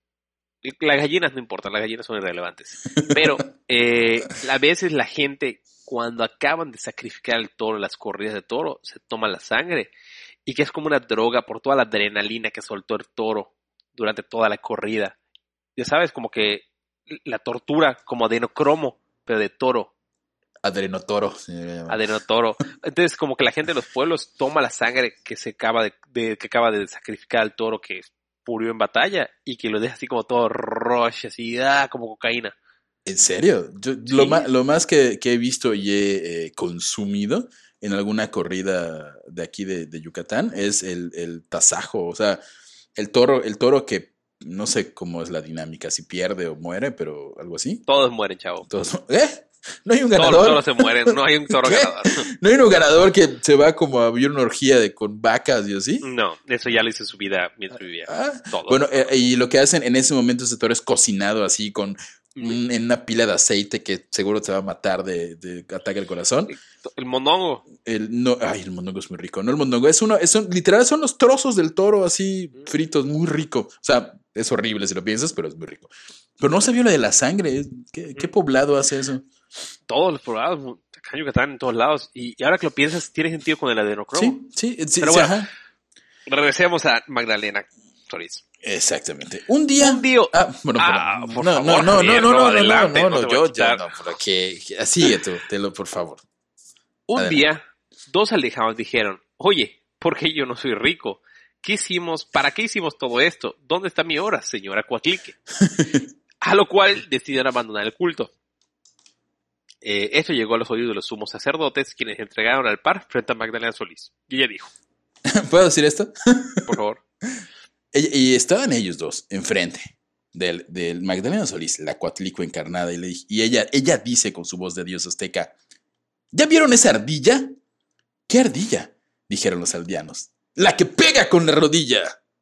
las gallinas no importan, las gallinas son irrelevantes, pero eh, a veces la gente cuando acaban de sacrificar el toro, las corridas de toro, se toma la sangre y que es como una droga por toda la adrenalina que soltó el toro durante toda la corrida. Ya sabes, como que la tortura como adenocromo, pero de toro. Adrenotoro. Sí, Adenotoro. Entonces como que la gente de los pueblos toma la sangre que se acaba de, de que acaba de sacrificar al toro que murió en batalla y que lo deja así como todo roche, así ah, como cocaína. ¿En serio? Yo, sí. lo, ma- lo más que, que he visto y he eh, consumido en alguna corrida de aquí de, de Yucatán es el, el tasajo, o sea, el toro, el toro que no sé cómo es la dinámica, si pierde o muere, pero algo así. Todos mueren, chavo. Todos, ¿eh? No hay un ganador. Todos los toros se mueren, no hay un toro ganador. No hay un ganador que se va como a vivir una orgía de, con vacas y así. No, eso ya lo hizo su vida mientras vivía. Ah, todo. Bueno, eh, y lo que hacen en ese momento ese toro es cocinado así con un, en una pila de aceite que seguro te va a matar de, de ataque al corazón. El mondongo. El, no, ay, el mondongo es muy rico. No, el mondongo es uno, es un, literal son los trozos del toro así fritos, muy rico. O sea, es horrible si lo piensas, pero es muy rico. Pero no sabía lo de la sangre. ¿Qué, qué poblado hace eso? Todos los poblados, acá en Yucatán, en todos lados. Y, y ahora que lo piensas, tiene sentido con el adenocromo. Sí, sí, sí. Pero sí, bueno, ajá. Regresemos a Magdalena Solís. Exactamente. Un día. Un día. Ah, bueno, ah, por por no, favor, no, no, Javier, no, no, no, adelante, no, no, no, no, no, yo, yo, yo, no, pero que, que sigue tú, te lo, por favor. Un Adelante. día, dos alejados dijeron, oye, ¿por qué yo no soy rico? ¿Qué hicimos? ¿Para qué hicimos todo esto? ¿Dónde está mi hora, señora Coatlique? A lo cual decidieron abandonar el culto. Eh, esto llegó a los oídos de los sumos sacerdotes, quienes entregaron al par frente a Magdalena Solís. Y ella dijo, ¿puedo decir esto? por favor. Y estaban ellos dos enfrente del, del Magdalena Solís, la Coatlico encarnada, y, le, y ella, ella dice con su voz de dios azteca, ¿ya vieron esa ardilla? ¿Qué ardilla? Dijeron los aldeanos. ¡La que pega con la rodilla!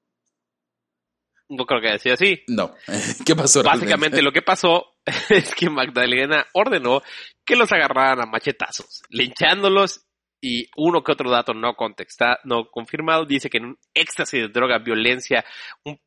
No creo que decía así. No. ¿Qué pasó? Básicamente realmente? lo que pasó es que Magdalena ordenó que los agarraran a machetazos, linchándolos. Y uno que otro dato no contexta, no confirmado, dice que en un éxtasis de droga, violencia, un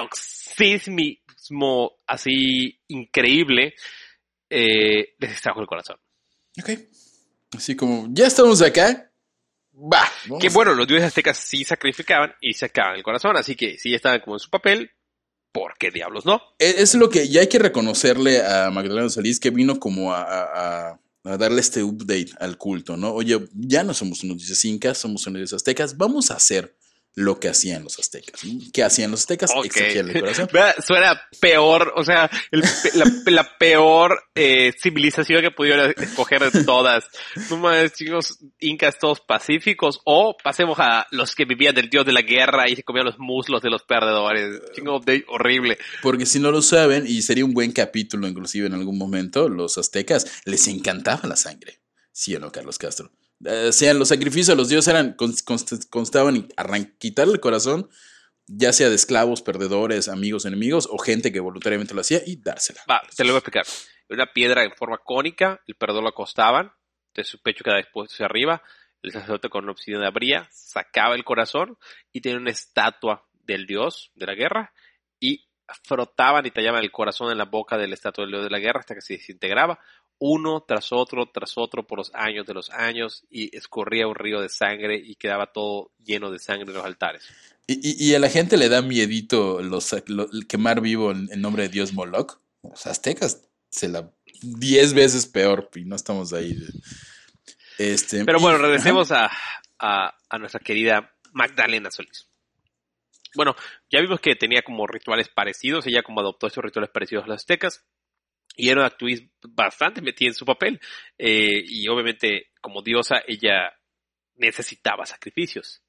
paroxismo así increíble, eh, les extrajo el corazón. Ok. Así como, ya estamos acá. Va. Que bueno, los dioses aztecas sí sacrificaban y sacaban el corazón, así que sí estaban como en su papel, ¿por qué diablos no? Es lo que ya hay que reconocerle a Magdalena Solís, que vino como a, a, a darle este update al culto, ¿no? Oye, ya no somos unos dioses incas, somos unos dioses aztecas, vamos a hacer lo que hacían los aztecas. ¿Qué hacían los aztecas? Okay. Extrajeron el corazón. Suena peor, o sea, el, la, la peor eh, civilización que pudieron escoger de todas. No más, chicos, incas todos pacíficos, o pasemos a los que vivían del dios de la guerra y se comían los muslos de los perdedores. Chingo de horrible. Porque si no lo saben, y sería un buen capítulo inclusive en algún momento, los aztecas les encantaba la sangre. ¿Sí o no, Carlos Castro? O sea, los sacrificios a los dioses eran, const, constaban en arran, quitarle el corazón, ya sea de esclavos, perdedores, amigos, enemigos, o gente que voluntariamente lo hacía, y dársela. Va, te lo voy a explicar. Una piedra en forma cónica, el perdedor lo acostaban, de su pecho quedaba expuesto hacia arriba, el sacerdote con una obsidiana abría, sacaba el corazón y tenía una estatua del dios de la guerra, y frotaban y tallaban el corazón en la boca de la estatua del dios de la guerra hasta que se desintegraba, uno tras otro, tras otro, por los años de los años, y escurría un río de sangre y quedaba todo lleno de sangre en los altares. Y, y, y a la gente le da miedito los, lo, quemar vivo en, en nombre de Dios Moloch. Los aztecas se la diez veces peor, y no estamos ahí. Este, Pero bueno, y, regresemos a, a, a nuestra querida Magdalena Solís. Bueno, ya vimos que tenía como rituales parecidos, ella como adoptó esos rituales parecidos a los aztecas. Y era una actriz bastante metida en su papel. Eh, y obviamente, como diosa, ella necesitaba sacrificios.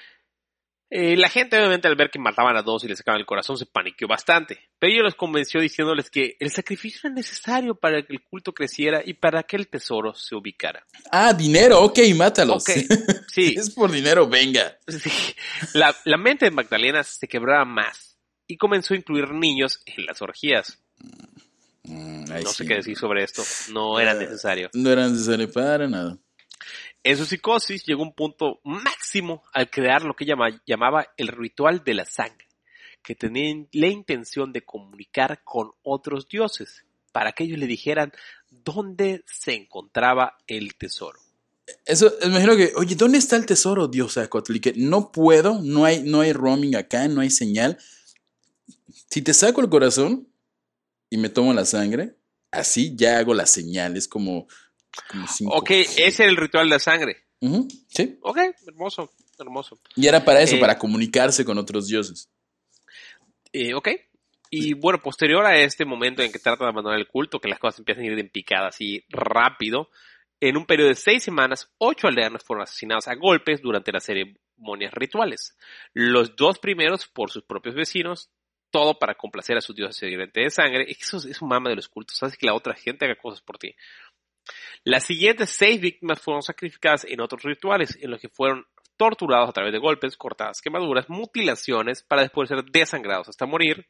Eh, la gente, obviamente, al ver que mataban a dos y les sacaban el corazón, se paniqueó bastante. Pero ella los convenció diciéndoles que el sacrificio era necesario para que el culto creciera y para que el tesoro se ubicara. Ah, dinero, ok, mátalos. Okay, sí. Si es por dinero, venga. Sí. La, la mente de Magdalena se quebraba más y comenzó a incluir niños en las orgías. Mm, no sí, sé qué decir sobre esto. No era necesario. No era necesario para nada. En su psicosis llegó a un punto máximo al crear lo que llama, llamaba el ritual de la sangre, que tenía la intención de comunicar con otros dioses, para que ellos le dijeran dónde se encontraba el tesoro. Eso, me imagino que, oye, ¿dónde está el tesoro, diosa Coatlique? No puedo, no hay, no hay roaming acá, no hay señal. Si te saco el corazón y me tomo la sangre, así ya hago la señal, es como... como cinco Ok, ese era el ritual de la sangre. Uh-huh, sí. Ok, hermoso, hermoso. Y era para eso, eh, para comunicarse con otros dioses. Eh, ok. Y bueno, posterior a este momento en que trata de abandonar el culto, que las cosas empiezan a ir en picada así rápido, en un periodo de seis semanas, ocho aldeanos fueron asesinados a golpes durante las ceremonias rituales. Los dos primeros por sus propios vecinos, todo para complacer a sus dioses sedientos de sangre. Eso es un mame de los cultos, sabes que la otra gente haga cosas por ti. Las siguientes seis víctimas fueron sacrificadas en otros rituales, en los que fueron torturados a través de golpes, cortadas, quemaduras, mutilaciones, para después ser desangrados hasta morir.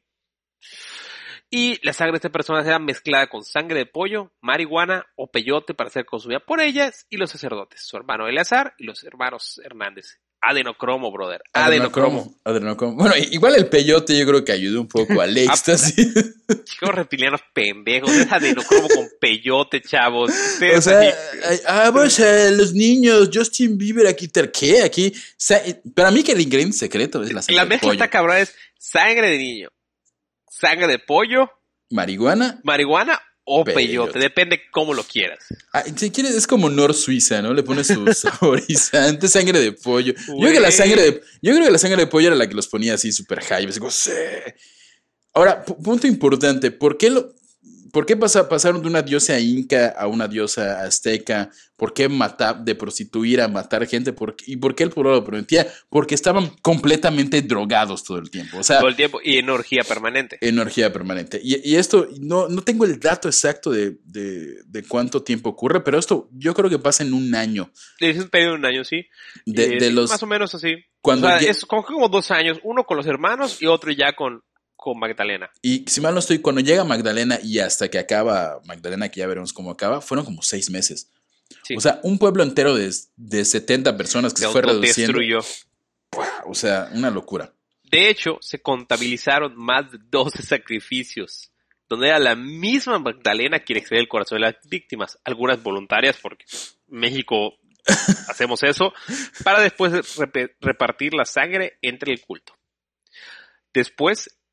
Y la sangre de estas personas era mezclada con sangre de pollo, marihuana o peyote para ser consumida por ellas y los sacerdotes, su hermano Eleazar y los hermanos Hernández. Adenocromo, brother. Adenocromo. Adenocromo. Bueno, igual el peyote yo creo que ayudó un poco al éxtasis. Chicos reptilianos pendejos. Es adenocromo con peyote, chavos. Ustedes o sea, así... ah, pues eh, los niños, Justin Bieber, aquí, ¿qué? Aquí. Sa- para mí que el ingrediente secreto es la sangre La de mezcla pollo. está cabrón, es sangre de niño, sangre de pollo, Marihuana. marihuana o peyote. Peyote. Depende cómo lo quieras. Ah, si quieres, es como Nor Suiza, ¿no? Le pones su saborizante, sangre de pollo. Yo creo que la Güey. sangre de, yo creo que la sangre de pollo era la que los ponía así súper high. Así como, sí. Ahora, pu- punto importante, ¿por qué, lo, por qué pasa, pasaron de una diosa inca a una diosa azteca? ¿Por qué matar, de prostituir a matar gente? ¿Por qué- ¿Y por qué el pueblo lo permitía? Porque estaban completamente drogados todo el tiempo. O sea, Todo el tiempo y energía permanente. energía permanente. Y, y esto, no, no tengo el dato exacto de, de, de cuánto tiempo ocurre, pero esto yo creo que pasa en un año. Es un periodo de un año, sí. De, Eh, de los, más o menos así. cuando o sea, lle- es como, como dos años, uno con los hermanos y otro ya con, con Magdalena. y si mal no estoy, cuando llega Magdalena y hasta que acaba Magdalena, que ya veremos cómo acaba, fueron como seis meses. Sí. O sea, un pueblo entero de, de setenta personas que Se se fue reduciendo. autodestruyó. O sea, una locura. De hecho, se contabilizaron más de doce sacrificios, donde era la misma Magdalena quien excedía el corazón de las víctimas, algunas voluntarias, porque México hacemos eso, para después rep- repartir la sangre entre el culto. Después,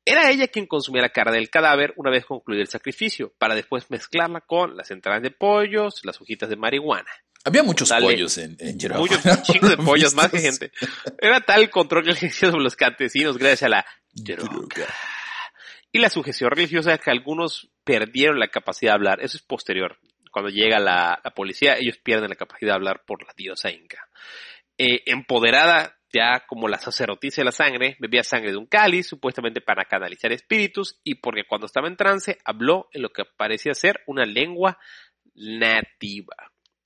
Era ella quien consumía la carne del cadáver una vez concluido el sacrificio, para después mezclarla con las entrañas de pollos, las hojitas de marihuana. Había muchos Dale. pollos en, en Yeroa. Muchos chingos de pollos, más que gente. Era tal el control que ejercía sobre los campesinos gracias a la droga. Y la sujeción religiosa que algunos perdieron la capacidad de hablar. Eso es posterior. Cuando llega la, la policía, ellos pierden la capacidad de hablar por la diosa inca. Eh, empoderada, ya como la sacerdotisa de la sangre, bebía sangre de un cáliz, supuestamente para canalizar espíritus, y porque cuando estaba en trance, habló en lo que parecía ser una lengua nativa.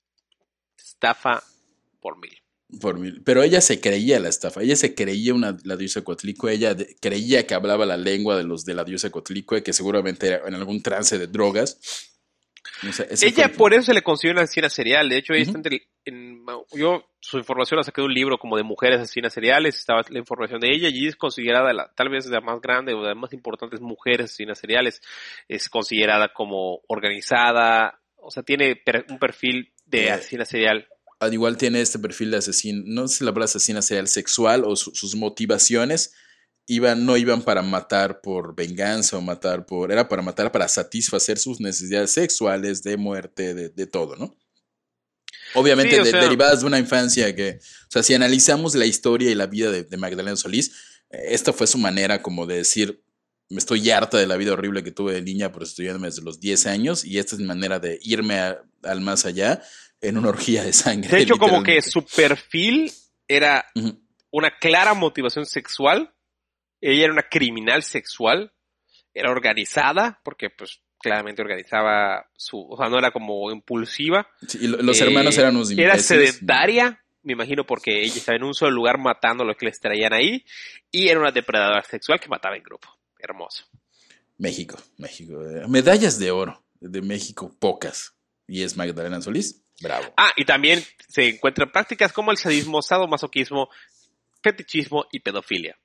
Estafa por mil. Por mil. Pero ella se creía la estafa, ella se creía una, la diosa Coatlicue, ella de, creía que hablaba la lengua de los de la diosa Coatlicue, que seguramente era en algún trance de drogas. O sea, ella por eso se le considera una asesina serial. De hecho, ella uh-huh. está entre, en, yo su información la saqué de un libro como de mujeres asesinas seriales, estaba la información de ella y es considerada la, tal vez la más grande o de las más importantes mujeres asesinas seriales. Es considerada como organizada, o sea, tiene per, un perfil de asesina serial. Al igual tiene este perfil de asesino, no sé si la palabra asesina serial sexual o su, sus motivaciones iban, no iban para matar por venganza o matar por, era para matar para satisfacer sus necesidades sexuales, de muerte, de, de todo, ¿no? Obviamente sí, de, sea, derivadas de una infancia que, o sea, si analizamos la historia y la vida de, de Magdalena Solís, esta fue su manera como de decir, me estoy harta de la vida horrible que tuve de niña prostituyéndome desde los diez años y esta es mi manera de irme a, al más allá en una orgía de sangre. De hecho, como que su perfil era uh-huh. una clara motivación sexual. Ella era una criminal sexual. Era organizada, porque pues claramente organizaba su... O sea, no era como impulsiva. Sí, y los eh, hermanos eran unos imbéciles. Era sedentaria, me imagino, porque ella estaba en un solo lugar matando a los que les traían ahí. Y era una depredadora sexual que mataba en grupo. Hermoso. México, México. Medallas de oro de México, pocas. Y es Magdalena Solís. Bravo. Ah, y también se encuentran prácticas como el sadismo, sadomasoquismo, fetichismo y pedofilia.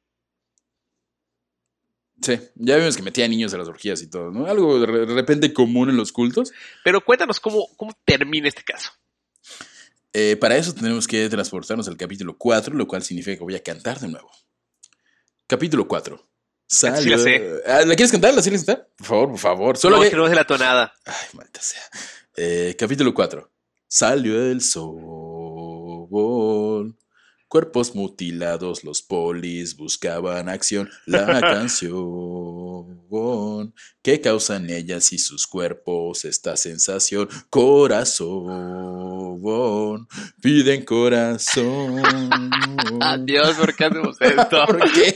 Sí, ya vimos que metía niños a las orgías y todo, ¿no? Algo de repente común en los cultos. Pero cuéntanos cómo, cómo termina este caso. Eh, para eso tenemos que transportarnos al capítulo cuatro, lo cual significa que voy a cantar de nuevo. Capítulo cuatro. Sí la sé. ¿La quieres cantar? ¿La quieres cantar? Por favor, por favor. Solo no, que... que no es de la tonada. Ay, maldita sea. Eh, capítulo cuatro. Salió el sol, cuerpos mutilados, los polis buscaban acción, la canción que causan ellas y sus cuerpos esta sensación, corazón, piden corazón. Dios, ¿por qué hacemos esto? ¿Por qué?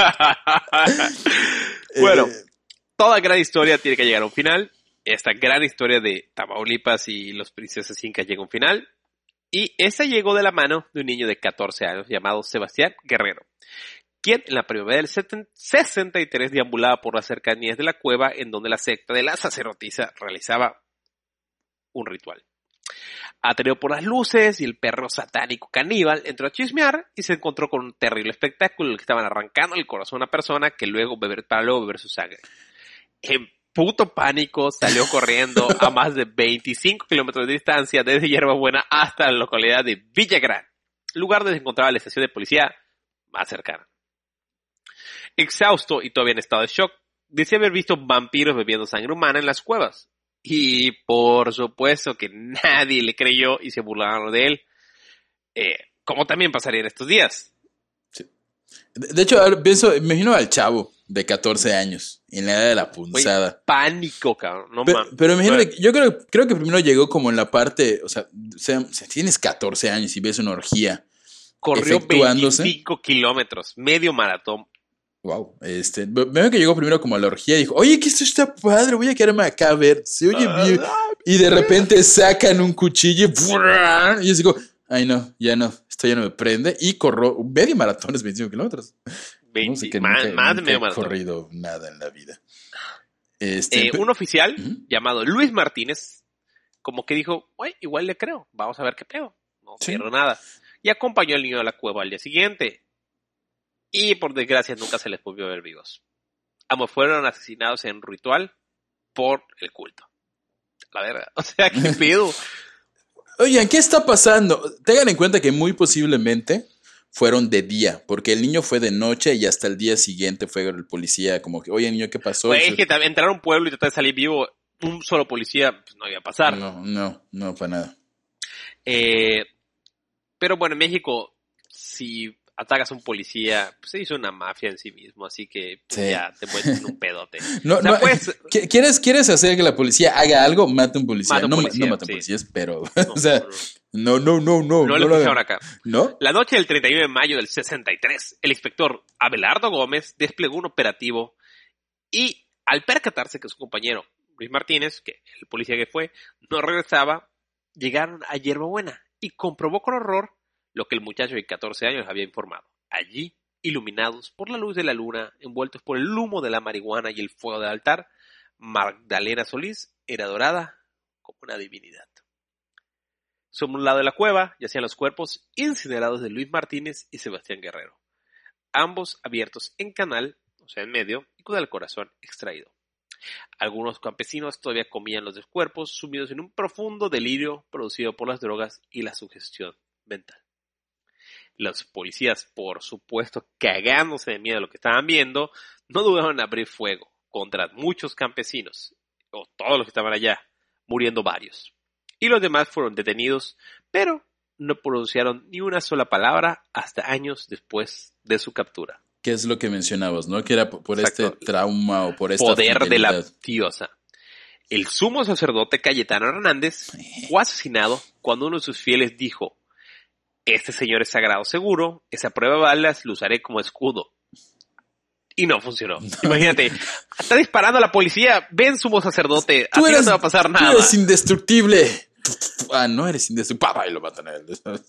Bueno, eh, toda gran historia tiene que llegar a un final. Esta gran historia de Tamaulipas y los princesas incas llega a un final. Y esa llegó de la mano de un niño de catorce años llamado Sebastián Guerrero, quien en la primavera del sesenta y tres deambulaba por las cercanías de la cueva en donde la secta de la sacerdotisa realizaba un ritual. Atraído por las luces y el perro satánico caníbal, entró a chismear y se encontró con un terrible espectáculo en el que estaban arrancando el corazón a una persona que luego beber, para luego beber su sangre. En puto pánico salió corriendo a más de veinticinco kilómetros de distancia desde Hierbabuena hasta la localidad de Villagrán, lugar donde se encontraba la estación de policía más cercana. Exhausto y todavía en estado de shock, decía haber visto vampiros bebiendo sangre humana en las cuevas. Y por supuesto que nadie le creyó y se burlaron de él, eh, como también pasaría en estos días. Sí. De, de hecho, ahora pienso, me imagino al chavo de catorce años, en la edad de la punzada. Oye, pánico, cabrón, no pero, mames. pero imagínate, yo creo, creo que primero llegó como en la parte, o sea, o sea, si tienes catorce años y ves una orgía corrió veinticinco kilómetros, medio maratón. Wow, este, veo que llegó primero como a la orgía y dijo, oye, que esto está padre, voy a quedarme acá a ver, se oye bien. Y de repente sacan un cuchillo y yo digo, ay no, ya no, esto ya no me prende. Y corrió, medio maratón es veinticinco kilómetros. veinte, no sé que más, nunca, más de nunca medio he maratón. corrido nada en la vida. Este, eh, un oficial uh-huh. llamado Luis Martínez, como que dijo, oye, igual le creo, vamos a ver qué pedo, no ¿Sí? pierdo nada. Y acompañó al niño a la cueva al día siguiente. Y por desgracia nunca se les volvió a ver vivos. Ambos fueron asesinados en un ritual por el culto. La verdad, o sea, ¿qué pedo? Oigan, ¿qué está pasando? Tengan en cuenta que muy posiblemente fueron de día, porque el niño fue de noche y hasta el día siguiente fue el policía como que, oye, niño, ¿qué pasó? Pues es que también entrar a un pueblo y tratar de salir vivo, un solo policía, pues no iba a pasar. No, no, no, para nada. Eh, pero bueno, en México, si atacas a un policía, pues se hizo una mafia en sí mismo, así que pues, Sí. ya te puedes en un pedote. No, o sea, no, pues, ¿quieres, ¿Quieres hacer que la policía haga algo? Mata a un policía. Mata un no, policía, no mata a sí. policías, pero, no, o sea, no, no, no, no. no, no no lo lo escucharon hagan. acá. ¿No? La noche del treinta y uno de mayo del sesenta y tres, el inspector Abelardo Gómez desplegó un operativo y al percatarse que su compañero Luis Martínez, que el policía que fue, no regresaba, llegaron a Hierbabuena y comprobó con horror lo que el muchacho de catorce años había informado. Allí, iluminados por la luz de la luna, envueltos por el humo de la marihuana y el fuego del altar, Magdalena Solís era adorada como una divinidad. Sobre un lado de la cueva yacían los cuerpos incinerados de Luis Martínez y Sebastián Guerrero, ambos abiertos en canal, o sea en medio, y con el corazón extraído. Algunos campesinos todavía comían los cuerpos, sumidos en un profundo delirio producido por las drogas y la sugestión mental. Los policías, por supuesto, cagándose de miedo de lo que estaban viendo, no dudaron en abrir fuego contra muchos campesinos, o todos los que estaban allá, muriendo varios. Y los demás fueron detenidos, pero no pronunciaron ni una sola palabra hasta años después de su captura. ¿Qué es lo que mencionabas, no? Que era por, por Exacto. este trauma o por esta Poder fidelidad. de la diosa. El sumo sacerdote Cayetano Hernández fue asesinado cuando uno de sus fieles dijo: este señor es sagrado seguro, esa prueba de balas lo usaré como escudo. Y no funcionó. Imagínate, está disparando a la policía, ven sumo sacerdote, Tú así eres, no te va a pasar nada. Tú eres indestructible. Ah, no eres indestructible. ¡Pah! Y lo matan a él.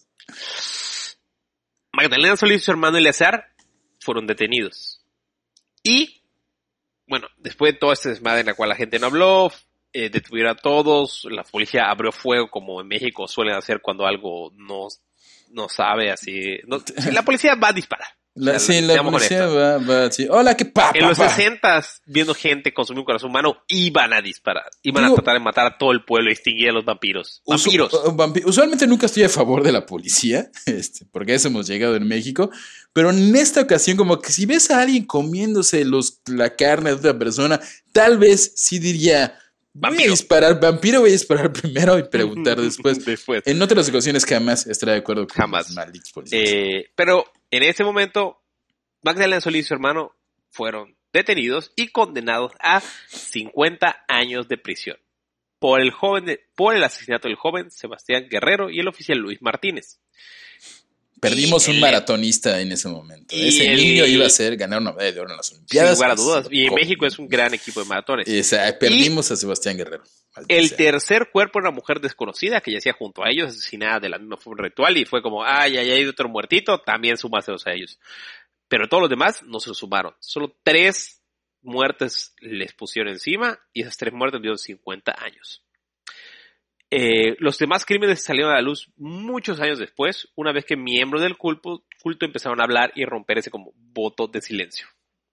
Magdalena Solís y su hermano Eleazar fueron detenidos. Y, bueno, después de todo este desmadre en la cual la gente no habló, eh, detuvieron a todos, la policía abrió fuego como en México suelen hacer cuando algo no, no sabe, así. No, la policía va a disparar. La, O sea, sí, la policía va, va así. Hola, qué papa. En los sesentas, viendo gente consumir un corazón humano, iban a disparar. Iban Digo, a tratar de matar a todo el pueblo y extinguir a los vampiros. Vampiros. Usu, vampi usualmente nunca estoy a favor de la policía, este, porque a eso hemos llegado en México. Pero en esta ocasión, como que si ves a alguien comiéndose los, la carne de otra persona, tal vez sí diría: voy Vampiro. a disparar, vampiro, voy a disparar primero y preguntar después. después. En otras ocasiones jamás estaré de acuerdo con jamás. los malditos policías. Eh, pero en ese momento, Magdalena Solís y su hermano fueron detenidos y condenados a cincuenta años de prisión por el joven de, por el asesinato del joven Sebastián Guerrero y el oficial Luis Martínez. Perdimos y un el, maratonista en ese momento. Ese el, niño iba a ser ganar una medalla de oro en las Olimpiadas. Sin lugar a dudas. Y en México es un gran equipo de maratones. O sea, perdimos y a Sebastián Guerrero. El sea. tercer cuerpo era una mujer desconocida que yacía junto a ellos, asesinada de la misma forma ritual, y fue como, ay, ay, hay otro muertito, también sumáselos a ellos. Pero todos los demás no se lo sumaron. Solo tres muertes les pusieron encima y esas tres muertes dieron cincuenta años. Eh, los demás crímenes salieron a la luz muchos años después, una vez que miembros del culto, culto empezaron a hablar y romper ese como voto de silencio.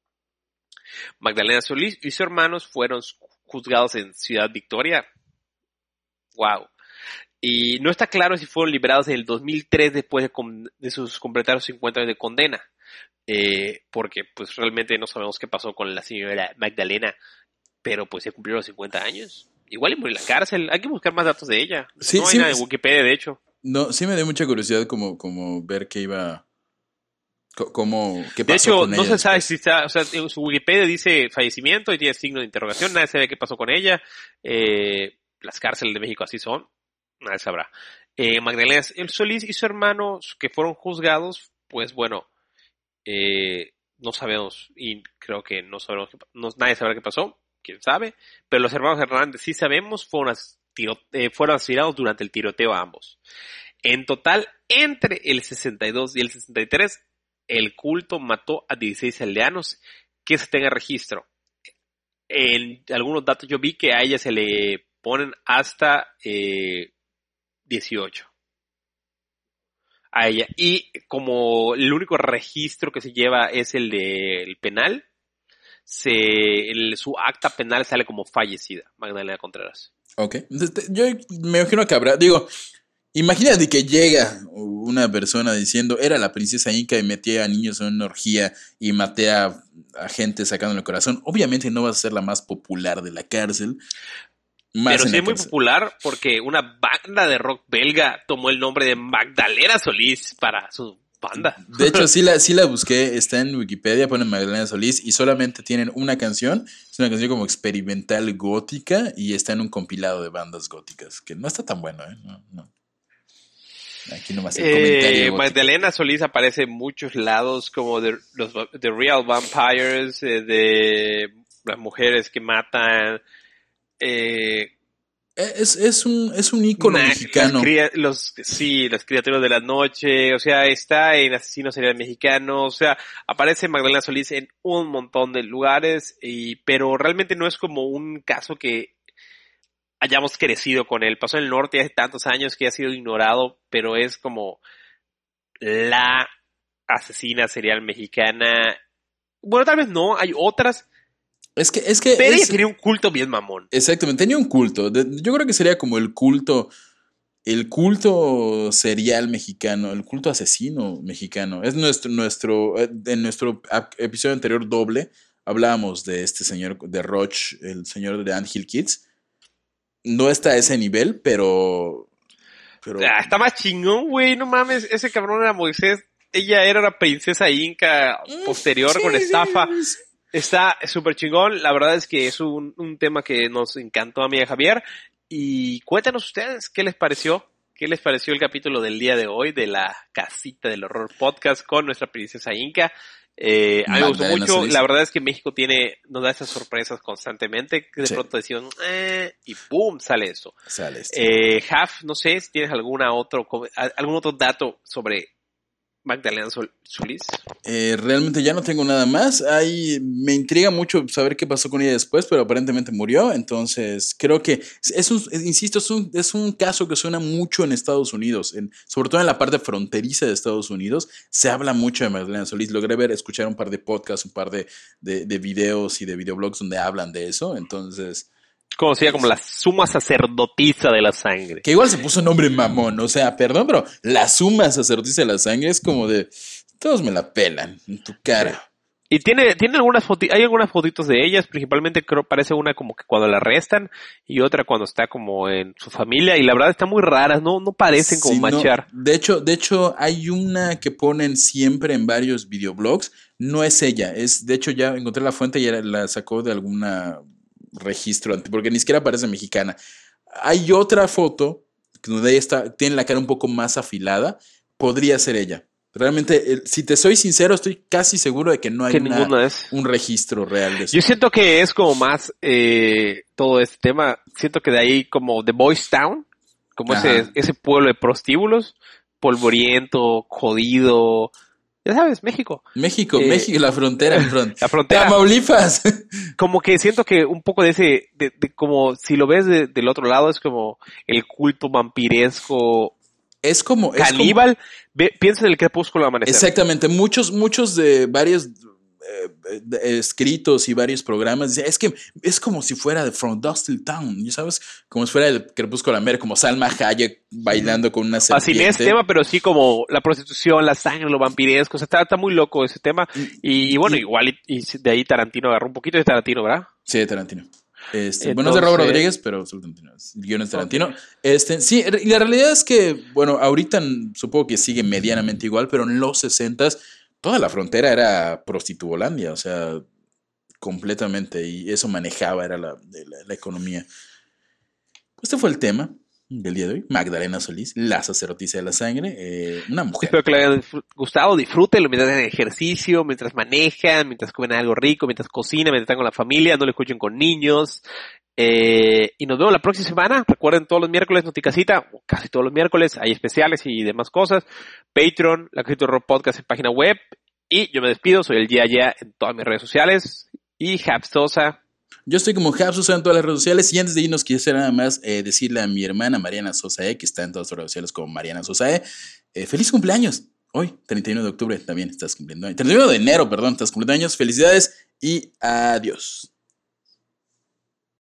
Magdalena Solís y sus hermanos fueron juzgados en Ciudad Victoria. Wow. Y no está claro si fueron liberados en el dos mil tres después de, de sus completados cincuenta años de condena. Eh, porque pues realmente no sabemos qué pasó con la señora Magdalena, pero pues se cumplieron los cincuenta años. Igual murió en la cárcel, hay que buscar más datos de ella. Sí, no hay sí, nada en Wikipedia, de hecho. No, sí me dio mucha curiosidad como, como ver qué iba, cómo, qué pasó de hecho, con no ella se sabe después. si está, o sea, en su Wikipedia dice fallecimiento y tiene signo de interrogación, nadie sabe qué pasó con ella. Eh, las cárceles de México así son, nadie sabrá. Eh, Magdalena Solís y su hermano que fueron juzgados, pues bueno, eh, no sabemos y creo que no sabemos, no, nadie sabrá qué pasó. Quién sabe, pero los hermanos Hernández sí sabemos fueron, tiro, eh, fueron asesinados durante el tiroteo a ambos. En total, entre el sesenta y dos y el sesenta y tres, el culto mató a dieciséis aldeanos que se tenga registro. En algunos datos yo vi que a ella se le ponen hasta eh, dieciocho. A ella. Y como el único registro que se lleva es el del penal, Se, el, su acta penal sale como fallecida, Magdalena Contreras. Ok. Yo me imagino que habrá, digo, Imagínate que llega una persona diciendo, era la princesa Inca y metía a niños en una orgía y maté a, a gente sacándole el corazón. Obviamente no vas a ser la más popular de la cárcel. Más Pero en sí la es muy cárcel. popular porque una banda de rock belga tomó el nombre de Magdalena Solís para su banda. De hecho, sí la, sí la busqué, está en Wikipedia, pone Magdalena Solís y solamente tienen una canción, es una canción como experimental gótica y está en un compilado de bandas góticas, que no está tan bueno, ¿eh? No, no. Aquí nomás el comentario Eh, gótico. Magdalena Solís aparece en muchos lados como de los The Real Vampires, eh, de las mujeres que matan, eh, Es, es un, es un ícono na- mexicano. Las cría- los, sí, las criaturas de la noche, o sea, está en Asesinos Serial Mexicanos, o sea, aparece Magdalena Solís en un montón de lugares, y, pero realmente no es como un caso que hayamos crecido con él. Pasó en el norte hace tantos años que ha sido ignorado, pero es como la asesina serial mexicana. Bueno, tal vez no, hay otras, Es que, es que pero ella es, tenía un culto bien mamón. exactamente, tenía un culto. De- yo creo que sería como el culto, el culto serial mexicano, el culto asesino mexicano. Es nuestro, nuestro, eh, en nuestro ap- episodio anterior doble, hablábamos de este señor, de Roach, el señor de Ant Hill Kids. No está a ese nivel, pero, pero Ah, está más chingón, güey, no mames, ese cabrón era Moisés, ella era una princesa inca posterior sí, con estafa. sí, sí. Está súper chingón, la verdad es que es un, un tema que nos encantó a mí y a Javier. Y cuéntanos ustedes qué les pareció, qué les pareció el capítulo del día de hoy de la Casita del Horror Podcast con nuestra princesa Inca. Eh, a mí me gustó Magdalena mucho, Solís. la verdad es que México tiene, nos da esas sorpresas constantemente, que de Sí. pronto decimos, eh, y ¡pum! Sale eso. Sale este. Eh, Jaf, no sé si tienes alguna otro, algún otro dato sobre Magdalena Sol- Solís. Eh, realmente ya no tengo nada más. Ahí me intriga mucho saber qué pasó con ella después, pero aparentemente murió. Entonces, creo que es un, insisto, es un, es un caso que suena mucho en Estados Unidos, en, sobre todo en la parte fronteriza de Estados Unidos. Se habla mucho de Magdalena Solís. Logré ver, escuchar un par de podcasts, un par de, de, de videos y de videoblogs donde hablan de eso. Entonces, Conocida como la suma sacerdotisa de la sangre. que igual se puso nombre mamón. O sea, perdón, pero la suma sacerdotisa de la sangre es como de todos me la pelan en tu cara. Y tiene, tiene algunas fotitos, hay algunas fotitos de ellas, principalmente creo parece una como que cuando la arrestan y otra cuando está como en su familia y la verdad están muy raras, no, no parecen como Sí, no, machar. de hecho, de hecho, hay una que ponen siempre en varios videoblogs. No es ella, es, de hecho, ya encontré la fuente y era- la sacó de algún registro, ante- porque ni siquiera parece mexicana. Hay otra foto donde ella está, tiene la cara un poco más afilada. Podría ser ella. Realmente, el- si te soy sincero, estoy casi seguro de que no hay Que una- ninguna es. un registro real de eso. Yo siento que es como más eh, todo este tema, siento que de ahí como The Boys Town, como ese, Ajá. ese pueblo de prostíbulos, polvoriento, jodido, ya sabes, México. México, eh, México, la frontera, fron- La frontera. Tamaulipas. Como que siento que un poco de ese, de, de como si lo ves de- del otro lado, es como el culto vampiresco Es como, es como- caníbal. Ve- piensa en el crepúsculo amanecer. Exactamente, muchos, muchos de varios eh, de- escritos y varios programas dicen, es que es como si fuera de From Dusk Till Dawn, ¿ya sabes? Como si fuera el Crepúsculo Amanecer, como Salma Hayek bailando con una Así no es serpiente. tema, pero sí como la prostitución, la sangre, lo vampiresco. O sea, está, está muy loco ese tema. Y, y bueno, y- igual, y, y de ahí Tarantino agarró un poquito de Tarantino, ¿verdad? Sí, de Tarantino. Este, bueno, es de Entonces- Robert Rodríguez, pero solo Tarantino. El guion es Tarantino. Este, sí, y la realidad es que, bueno, ahorita n- supongo que sigue medianamente igual, pero en los sesentas toda la frontera era prostituolandia, o sea, completamente, y eso manejaba, era la, la, la economía. Este fue el tema del día de hoy. Magdalena Solís, la sacerdotisa de la sangre, eh, una mujer. Espero que les haya disfr- gustado, disfrútenlo mientras hacen ejercicio, mientras manejan, mientras comen algo rico, mientras cocinan, mientras están con la familia, no lo escuchen con niños. Eh, y nos vemos la próxima semana. Recuerden, todos los miércoles Noticasita, o casi todos los miércoles, hay especiales y demás cosas. Patreon, la Casita del Horror Podcast en página web. Y yo me despido, soy el Ya Ya en todas mis redes sociales. Y Japstosa. Yo estoy como Jab Sosa en todas las redes sociales. Y antes de irnos, quisiera nada más eh, decirle a mi hermana Mariana Sosae, que está en todas las redes sociales como Mariana Sosae, eh, feliz cumpleaños. Hoy, treinta y uno de octubre, también estás cumpliendo años. treinta y uno de enero, perdón, estás cumpliendo años. Felicidades y adiós.